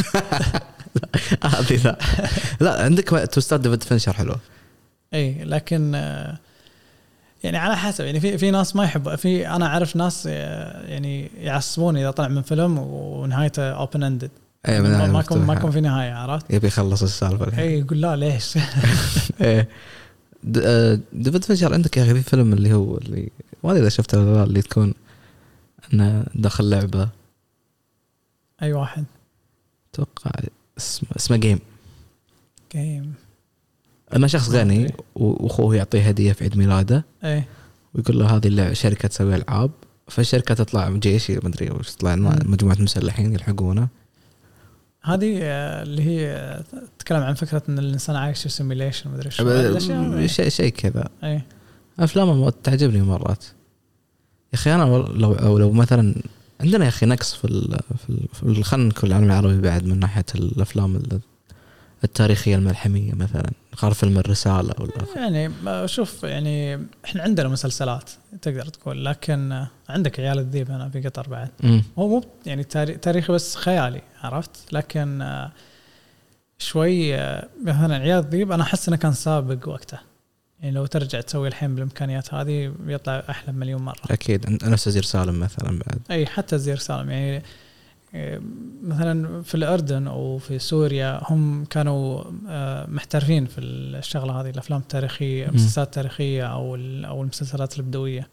هذه لا عندك تويستات ديفيد فينشر حلوة. أي لكن يعني على حسب يعني في ناس ما يحبوا أنا أعرف ناس يعني يعصبون إذا طلع من فيلم ونهايته open ended ما كون في نهاية عرفت يبي يخلص السالفة. اي يقول لا ليش. ايه ديفيد فينشر عندك يا اخي في فيلم اللي هو اللي ما ادري اذا شفته ولا لا اللي تكون انه داخل لعبة اي واحد اتوقع اسمه جيم انا شخص غني واخوه يعطيه هدية في عيد ميلاده ايه ويقول له هذه اللعبة شركة تسوي العاب فالشركة تطلع جيش ما ادري وش تطلع مجموعة مسلحين يلحقونه. هذه اللي هي تتكلم عن فكرة ان الانسان عايش في سيميليشن ما ادري شيء كذا. اي افلام تعجبني مرات يا اخي. انا لو مثلا عندنا يا اخي نقص في الخن كل العالم العربي بعد من ناحية الافلام التاريخية الملحمية مثلا غير فيلم الرسالة ولا يعني شوف يعني احنا عندنا مسلسلات تقدر تقول لكن عندك عيال الذيب هنا في قطر بعد هو مو يعني تاريخي بس خيالي عرفت لكن شوي مثلا عيال الذيب انا احس انه كان سابق وقته يعني لو ترجع تسوي الحين بالامكانيات هذه بيطلع احلى مليون مرة. اكيد نفس زير سالم مثلا بعد اي حتى زير سالم يعني مثلا في الأردن أو في سوريا هم كانوا محترفين في الشغلة هذه الأفلام التاريخية المسلسلات التاريخية أو المسلسلات البدوية.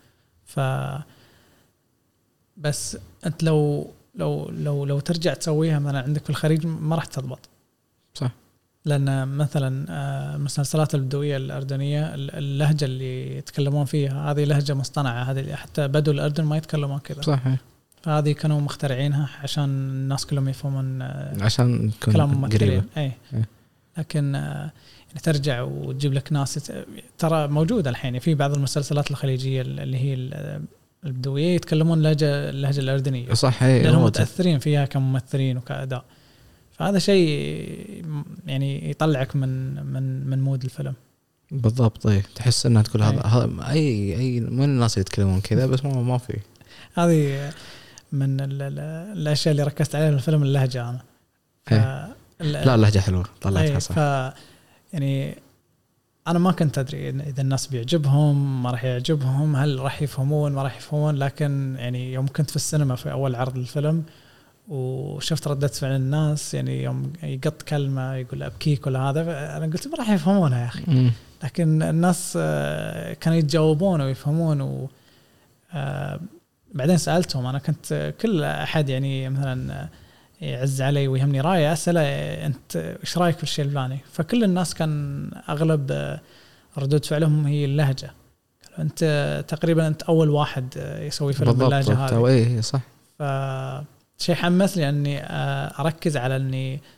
بس أنت لو ترجع تسويها مثلا عندك في الخليج ما راح تضبط صح لأن مثلا المسلسلات البدوية الأردنية اللهجة اللي يتكلمون فيها هذه لهجة مصطنعة هذه حتى بدو الأردن ما يتكلمون كذا صحيح. هذه كانوا مخترعينها عشان الناس كلهم يفهمون عشان كلام قريبة. لكن يعني ترجع وتجيب لك ناس ترى موجودة الحين في بعض المسلسلات الخليجية اللي هي البدوية يتكلمون اللهجة الأردنية صح لأنهم متأثرين فيها كممثلين وكأداء فهذا شيء يعني يطلعك من مود الفيلم بالضبط. تحس انها تقول هذا اي من الناس اللي يتكلمون كذا بس ما في هذه من الأشياء اللي ركزت عليها في الفيلم اللهجة أنا لا اللهجة حلوة طلعتها صح. يعني أنا ما كنت أدري إذا الناس بيعجبهم ما راح يعجبهم هل راح يفهمون ما راح يفهمون لكن يعني يوم كنت في السينما في أول عرض الفيلم وشفت ردة فعل الناس يعني يوم يقط كلمة يقول أبكيك ولا هذا أنا قلت ما راح يفهمونها يا أخي لكن الناس كانوا يتجاوبون ويفهمون بعدين سألتهم أنا كنت كل أحد يعني مثلا يعز علي ويهمني رأي أسأله أنت إيش رأيك في الشيء الفلاني فكل الناس كان أغلب ردود فعلهم هي اللهجة أنت تقريبا أنت أول واحد يسوي فيلم باللهجة هذه إيه صح. فشيء حمسني أني أركز على أني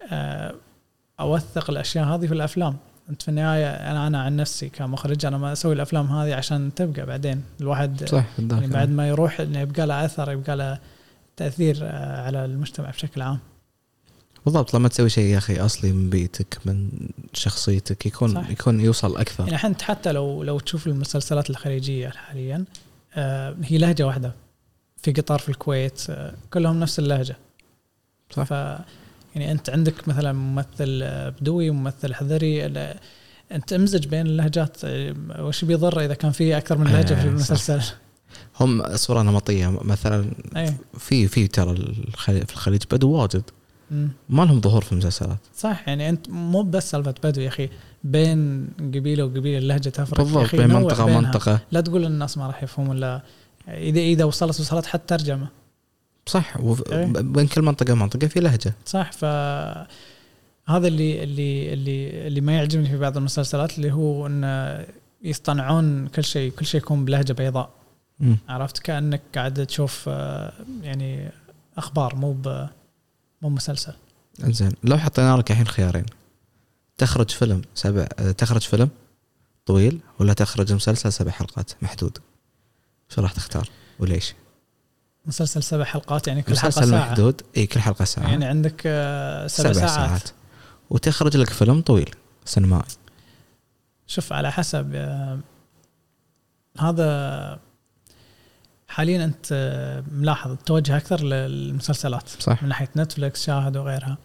اوثق الاشياء هذه في الافلام. انت في النهايه انا عن نفسي كمخرج انا ما اسوي الافلام هذه عشان تبقى بعدين الواحد صح يعني بعد ما يروح انه يبقى له اثر، يبقى له تاثير على المجتمع بشكل عام. بالضبط. لما تسوي شيء يا اخي اصلي من بيتك من شخصيتك يكون يوصل اكثر. يعني انت حتى لو تشوف المسلسلات الخليجيه حاليا هي لهجه واحده، في قطار في الكويت كلهم نفس اللهجه. صح. يعني انت عندك مثلا ممثل بدوي وممثل حذري، انت امزج بين اللهجات، وش بيضر اذا كان في اكثر من لهجه في المسلسل؟ هم صورة نمطية مثلا. في ترى في الخليج بدو واجد ما لهم ظهور في المسلسلات. صح. يعني انت مو بس سالفه بدو يا اخي، بين قبيله وقبيله اللهجه تفرق بالضبط، بين منطقه ومنطقه. لا تقول الناس ما راح يفهمون، لا اذا وصلت حتى ترجمه. صح. بين كل منطقه ومنطقه في لهجه. صح. هذا اللي ما يعجبني في بعض المسلسلات، اللي هو ان يصطنعون كل شيء يكون بلهجه بيضاء. عرفت، كأنك قاعد تشوف يعني اخبار مو مسلسل. انزين، لو حطينا لك الحين خيارين، تخرج فيلم طويل ولا تخرج مسلسل 7 حلقات محدود، شو راح تختار وليش؟ مسلسل 7 حلقات يعني كل حلقة ساعة. مسلسل محدود كل حلقة ساعة، يعني عندك 7 ساعات. وتخرج لك فيلم طويل سينمائي. شوف على حسب هذا. حاليا أنت ملاحظ توجه أكثر للمسلسلات. صح. من ناحية نتفليكس، شاهد وغيرها.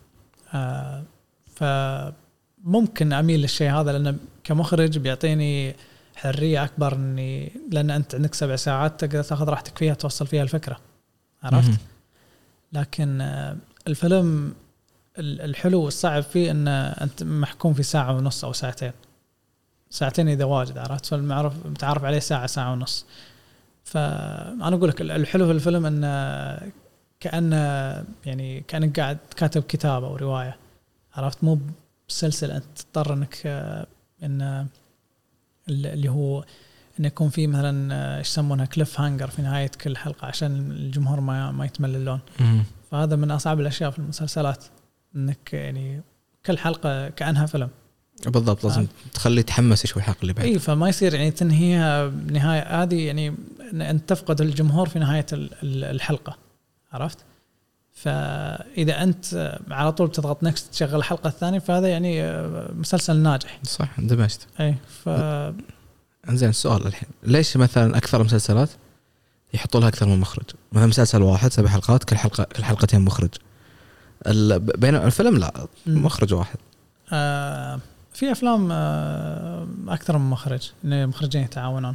فممكن أميل للشيء هذا، لأنه كمخرج بيعطيني حرية أكبر، لأن أنت عندك 7 ساعات تقدر تأخذ راحتك فيها، توصل فيها الفكرة. عرفت؟ لكن الفيلم الحلو والصعب فيه أن أنت محكوم في 1.5 ساعة أو 2 ساعتين إذا واجد. عرفت؟ فالمعروف متعرف عليه 1 ساعة ونص. فأنا أقول لك الحلو في الفيلم أن كأنك قاعد كاتب كتاب أو رواية. عرفت؟ مو بسلسلة أنت تضطر أنك إن اللي هو إن يكون فيه مثلا إيش يسمونها كليف هانجر في نهاية كل حلقة عشان الجمهور ما يتمللون. فهذا من أصعب الأشياء في المسلسلات، إنك يعني كل حلقة كأنها فيلم. بالضبط. لازم تخلي تحمس شوي الحلقة اللي بعد. فما يصير يعني تنهيها بنهاية هذه، يعني أنت تفقد الجمهور في نهاية الحلقة. عرفت؟ فإذا أنت على طول بتضغط نكست تشغل الحلقة الثانية، فهذا يعني مسلسل ناجح. صح، اندمجت. انزين السؤال الحين، ليش مثلا أكثر مسلسلات يحطوا لها أكثر من مخرج؟ مثلا مسلسل واحد 7 حلقات، كل حلقتين مخرج. بين الفيلم لا، مخرج واحد. في أفلام أكثر من مخرج، إن مخرجين يتعاونون.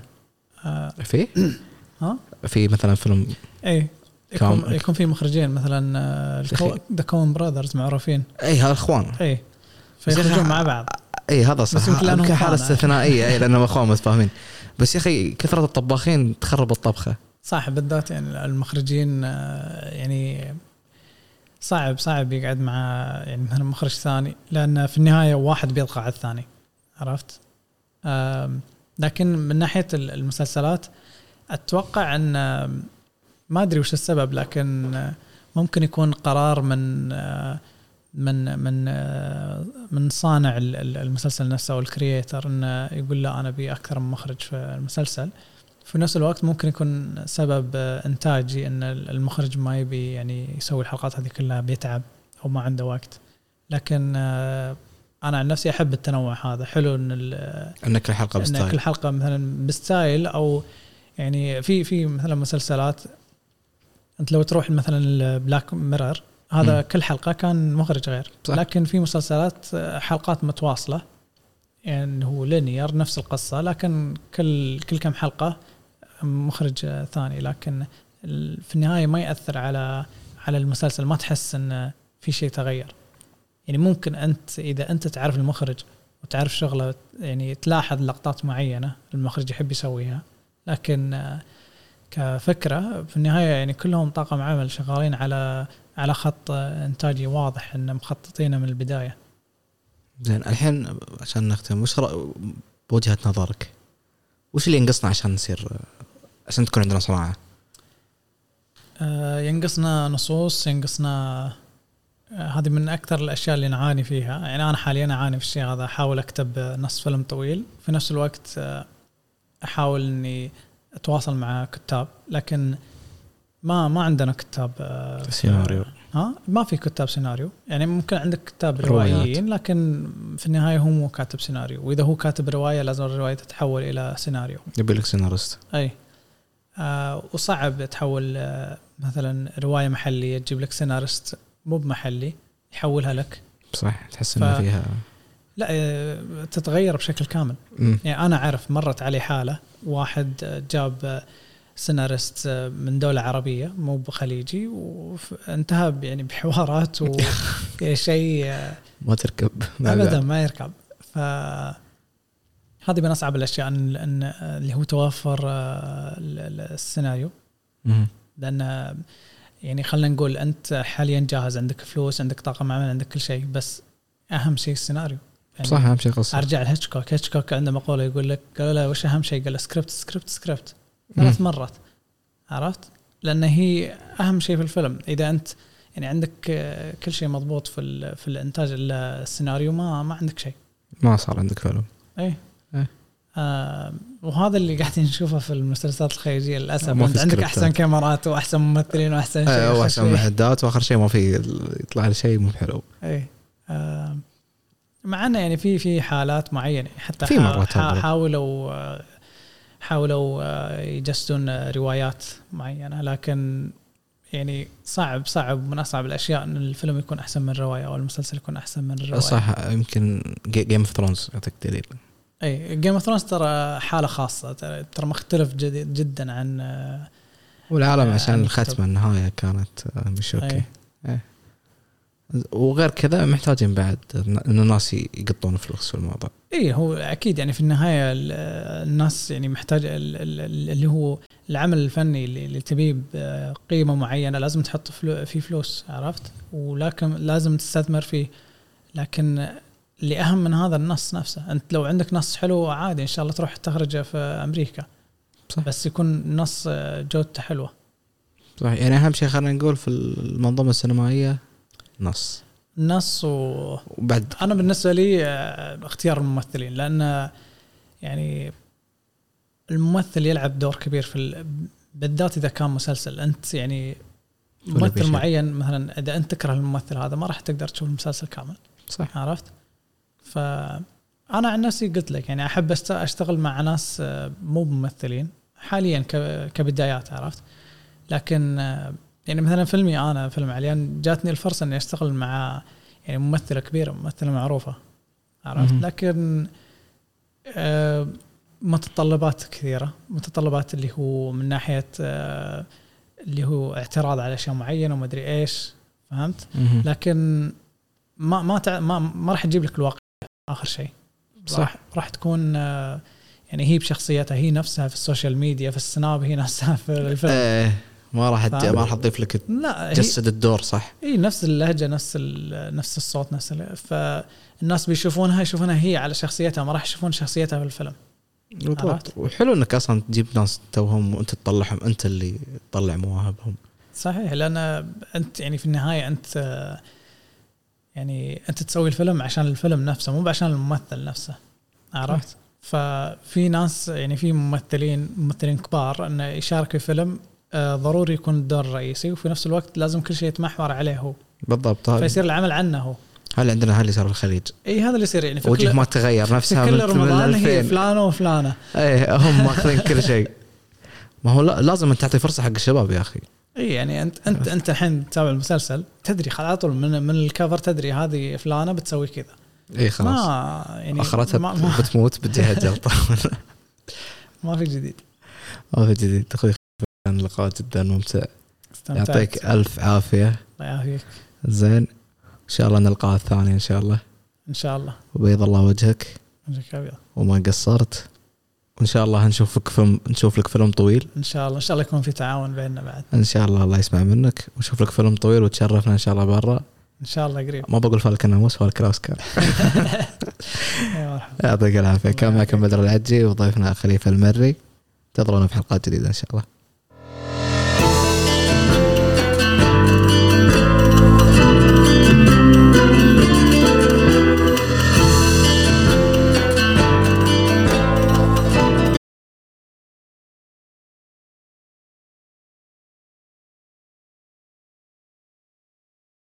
في مثلا فيلم يكون في مخرجين، مثلا The Coen Brothers معروفين. هذا اخوان. فيخرجون مع بعض. هذا صح، يمكن حالة استثنائية لأنهم اخوان متفاهمين. بس يا اخي كثرة الطباخين تخرب الطبخة. صح، بالذات يعني المخرجين يعني صعب يقعد مع يعني مثلا مخرج ثاني، لأن في النهاية واحد بيطغى على الثاني. عرفت؟ لكن من ناحية المسلسلات أتوقع أن ما أدري وش السبب، لكن ممكن يكون قرار من صانع المسلسل نفسه والكرياتر، إنه يقول لا أنا بي أكثر من مخرج في المسلسل. في نفس الوقت ممكن يكون سبب إنتاجي، إن المخرج ما يبي يعني يسوي الحلقات هذه كلها، بيتعب أو ما عنده وقت. لكن أنا عن نفسي أحب التنوع هذا. حلو إن كل حلقة بستايل، كل حلقة مثلا بستايل، أو يعني في مثلا مسلسلات أنت لو تروح مثلا البلاك ميرور، هذا كل حلقة كان مخرج غير. صح. لكن في مسلسلات حلقات متواصلة، يعني هو لينير نفس القصة، لكن كل كم حلقة مخرج ثاني. لكن في النهاية ما يأثر على المسلسل، ما تحس إن في شيء تغير. يعني ممكن أنت إذا أنت تعرف المخرج وتعرف شغله، يعني تلاحظ لقطات معينة المخرج يحب يسويها، لكن كفكرة في النهاية يعني كلهم طاقم عمل شغالين على خط إنتاجي واضح، إن مخططينه من البداية. زين، الحين عشان نختم، وش بوجهة نظرك وش اللي ينقصنا عشان تكون عندنا صناعة؟ ينقصنا نصوص، ينقصنا هذه من أكثر الأشياء اللي نعاني فيها. يعني أنا حاليا أعاني في الشيء هذا، أحاول أكتب نص فيلم طويل، في نفس الوقت أحاول إني أتواصل مع كتاب، لكن ما عندنا كتاب سيناريو. ما في كتاب سيناريو. يعني ممكن عندك كتاب روائيين، لكن في النهاية هو مو كاتب سيناريو، وإذا هو كاتب رواية لازم الرواية تتحول إلى سيناريو. يبي لك سيناريست. أي وصعب تحول مثلا رواية محلية تجيب لك سيناريست مو بمحلي يحولها لك. صح، تحس إن فيها لا تتغير بشكل كامل. يعني أنا أعرف مرت علي حالة واحد جاب سيناريست من دولة عربية مو بخليجي، وانتهى يعني بحوارات وشيء ما تركب أبدا، ما يركب. فهذه من أصعب الأشياء أن اللي هو توفر السيناريو. لأن يعني خلنا نقول أنت حاليا جاهز، عندك فلوس، عندك طاقم عمل، عندك كل شيء، بس أهم شيء السيناريو. يعني صح، أهم شيء قصة. أرجع لهيتشكوك عنده مقولة يقول لك، قالوا له وش أهم شيء؟ قال سكريبت 3 مرات. عرفت؟ لأن هي أهم شيء في الفيلم. إذا أنت يعني عندك كل شيء مضبوط في الإنتاج إلا السيناريو، ما عندك شيء، ما صار عندك فيلم. إيه. وهذا اللي قاعدين نشوفه في المسلسلات الخليجية للأسف. أنت عندك أحسن كاميرات وأحسن ممثلين وأحسن شيء وأحسن معدات، وآخر شيء ما في يطلع شيء مو حلو. إيه. معنا يعني في حالات معينة، حتى في مرات حاولوا يجسدون روايات معينة، لكن يعني صعب من أصعب الأشياء أن الفيلم يكون أحسن من الرواية أو المسلسل يكون أحسن من الرواية. صح. يمكن جيم اوف ثرونز يعطيك دليل. أي جيم اوف ثرونز ترى حالة خاصة، ترى مختلف جدا عن والعالم عشان الختمة النهاية كانت مش أوكي. وغير كذا محتاجين بعد إن الناس يقطون فلوس في الموضوع. إيه هو أكيد. يعني في النهاية الناس يعني محتاج اللي هو العمل الفني اللي تبيه قيمة معينة لازم تحط فيه فلوس. عرفت؟ ولكن لازم تستثمر فيه. لكن اللي أهم من هذا النص نفسه. أنت لو عندك نص حلو عادي إن شاء الله تروح تخرجه في أمريكا. صح. بس يكون نص جودته حلوة. صح. يعني أهم شيء خلينا نقول في المنظومة السينمائية نص وبعد. أنا بالنسبة لي اختيار الممثلين، لأن يعني الممثل يلعب دور كبير بالذات إذا كان مسلسل. أنت يعني ممثل معين مثلا، إذا أنت تكره الممثل هذا ما راح تقدر تشوف المسلسل كامل. صح. عرفت؟ فأنا عن نفسي قلت لك يعني أحب أشتغل مع ناس مو ممثلين حاليا كبدايات. عرفت؟ لكن يعني مثلا فيلم عليان جاتني الفرصة أني أشتغل مع يعني ممثلة كبيرة، ممثلة معروفة. عرفت؟ لكن متطلبات كثيرة، متطلبات اللي هو من ناحية اللي هو اعتراض على أشياء معينة وما أدري إيش. فهمت؟ لكن ما راح تجيب لك الواقع آخر شيء. صح. راح تكون يعني هي بشخصيتها، هي نفسها في السوشيال ميديا، في السناب هي نفسها في الفيلم. ما راح تضيف لك جسد الدور. صح. اي نفس اللهجه، نفس الصوت، فالناس يشوفونها هي على شخصيتها، ما راح يشوفون شخصيتها في الفيلم. وحلو انك اصلا تجيب ناس توهم وانت تطلعهم، انت اللي تطلع مواهبهم. صحيح. لان انت يعني في النهايه انت تسوي الفيلم عشان الفيلم نفسه، مو عشان الممثل نفسه. عرفت؟ ففي ناس يعني في ممثلين كبار انه يشاركوا في فيلم ضروري يكون الدور الرئيسي، وفي نفس الوقت لازم كل شيء يتمحور عليه هو. بالضبط. فيصير العمل عنه هو. هل عندنا اللي صار في الخليج؟ اي هذا اللي يصير. يعني وجه ما تغير نفسها من رمضان هي فلانة وفلانة. اي هم ماخذين كل شيء. ما هو لازم انت تعطي فرصة حق الشباب يا اخي. اي يعني انت الحين تتابع المسلسل تدري على طول من الكفر تدري هذه فلانة بتسوي كذا. اي خلاص. يعني اخرتها بتموت بديها جلطة. ما في جديد. اخوي كان لقاء جدا ممتع. يعطيك الف عافية. الله يعافيك. زين ان شاء الله نلقاها الثانية ان شاء الله. وبيض الله وجهك وما قصرت، وان شاء الله نشوف لك فيلم طويل. ان شاء الله يكون في تعاون بيننا بعد ان شاء الله يسمع منك، ونشوف لك فيلم طويل وتشرفنا ان شاء الله برا ان شاء الله قريب. ما بقول فالك الناموس، فالك الأوسكار. يعطيك العافية. كان معكم بدر العجي وضيفنا خليفة المري. انتظرونا في حلقات جديدة ان شاء الله.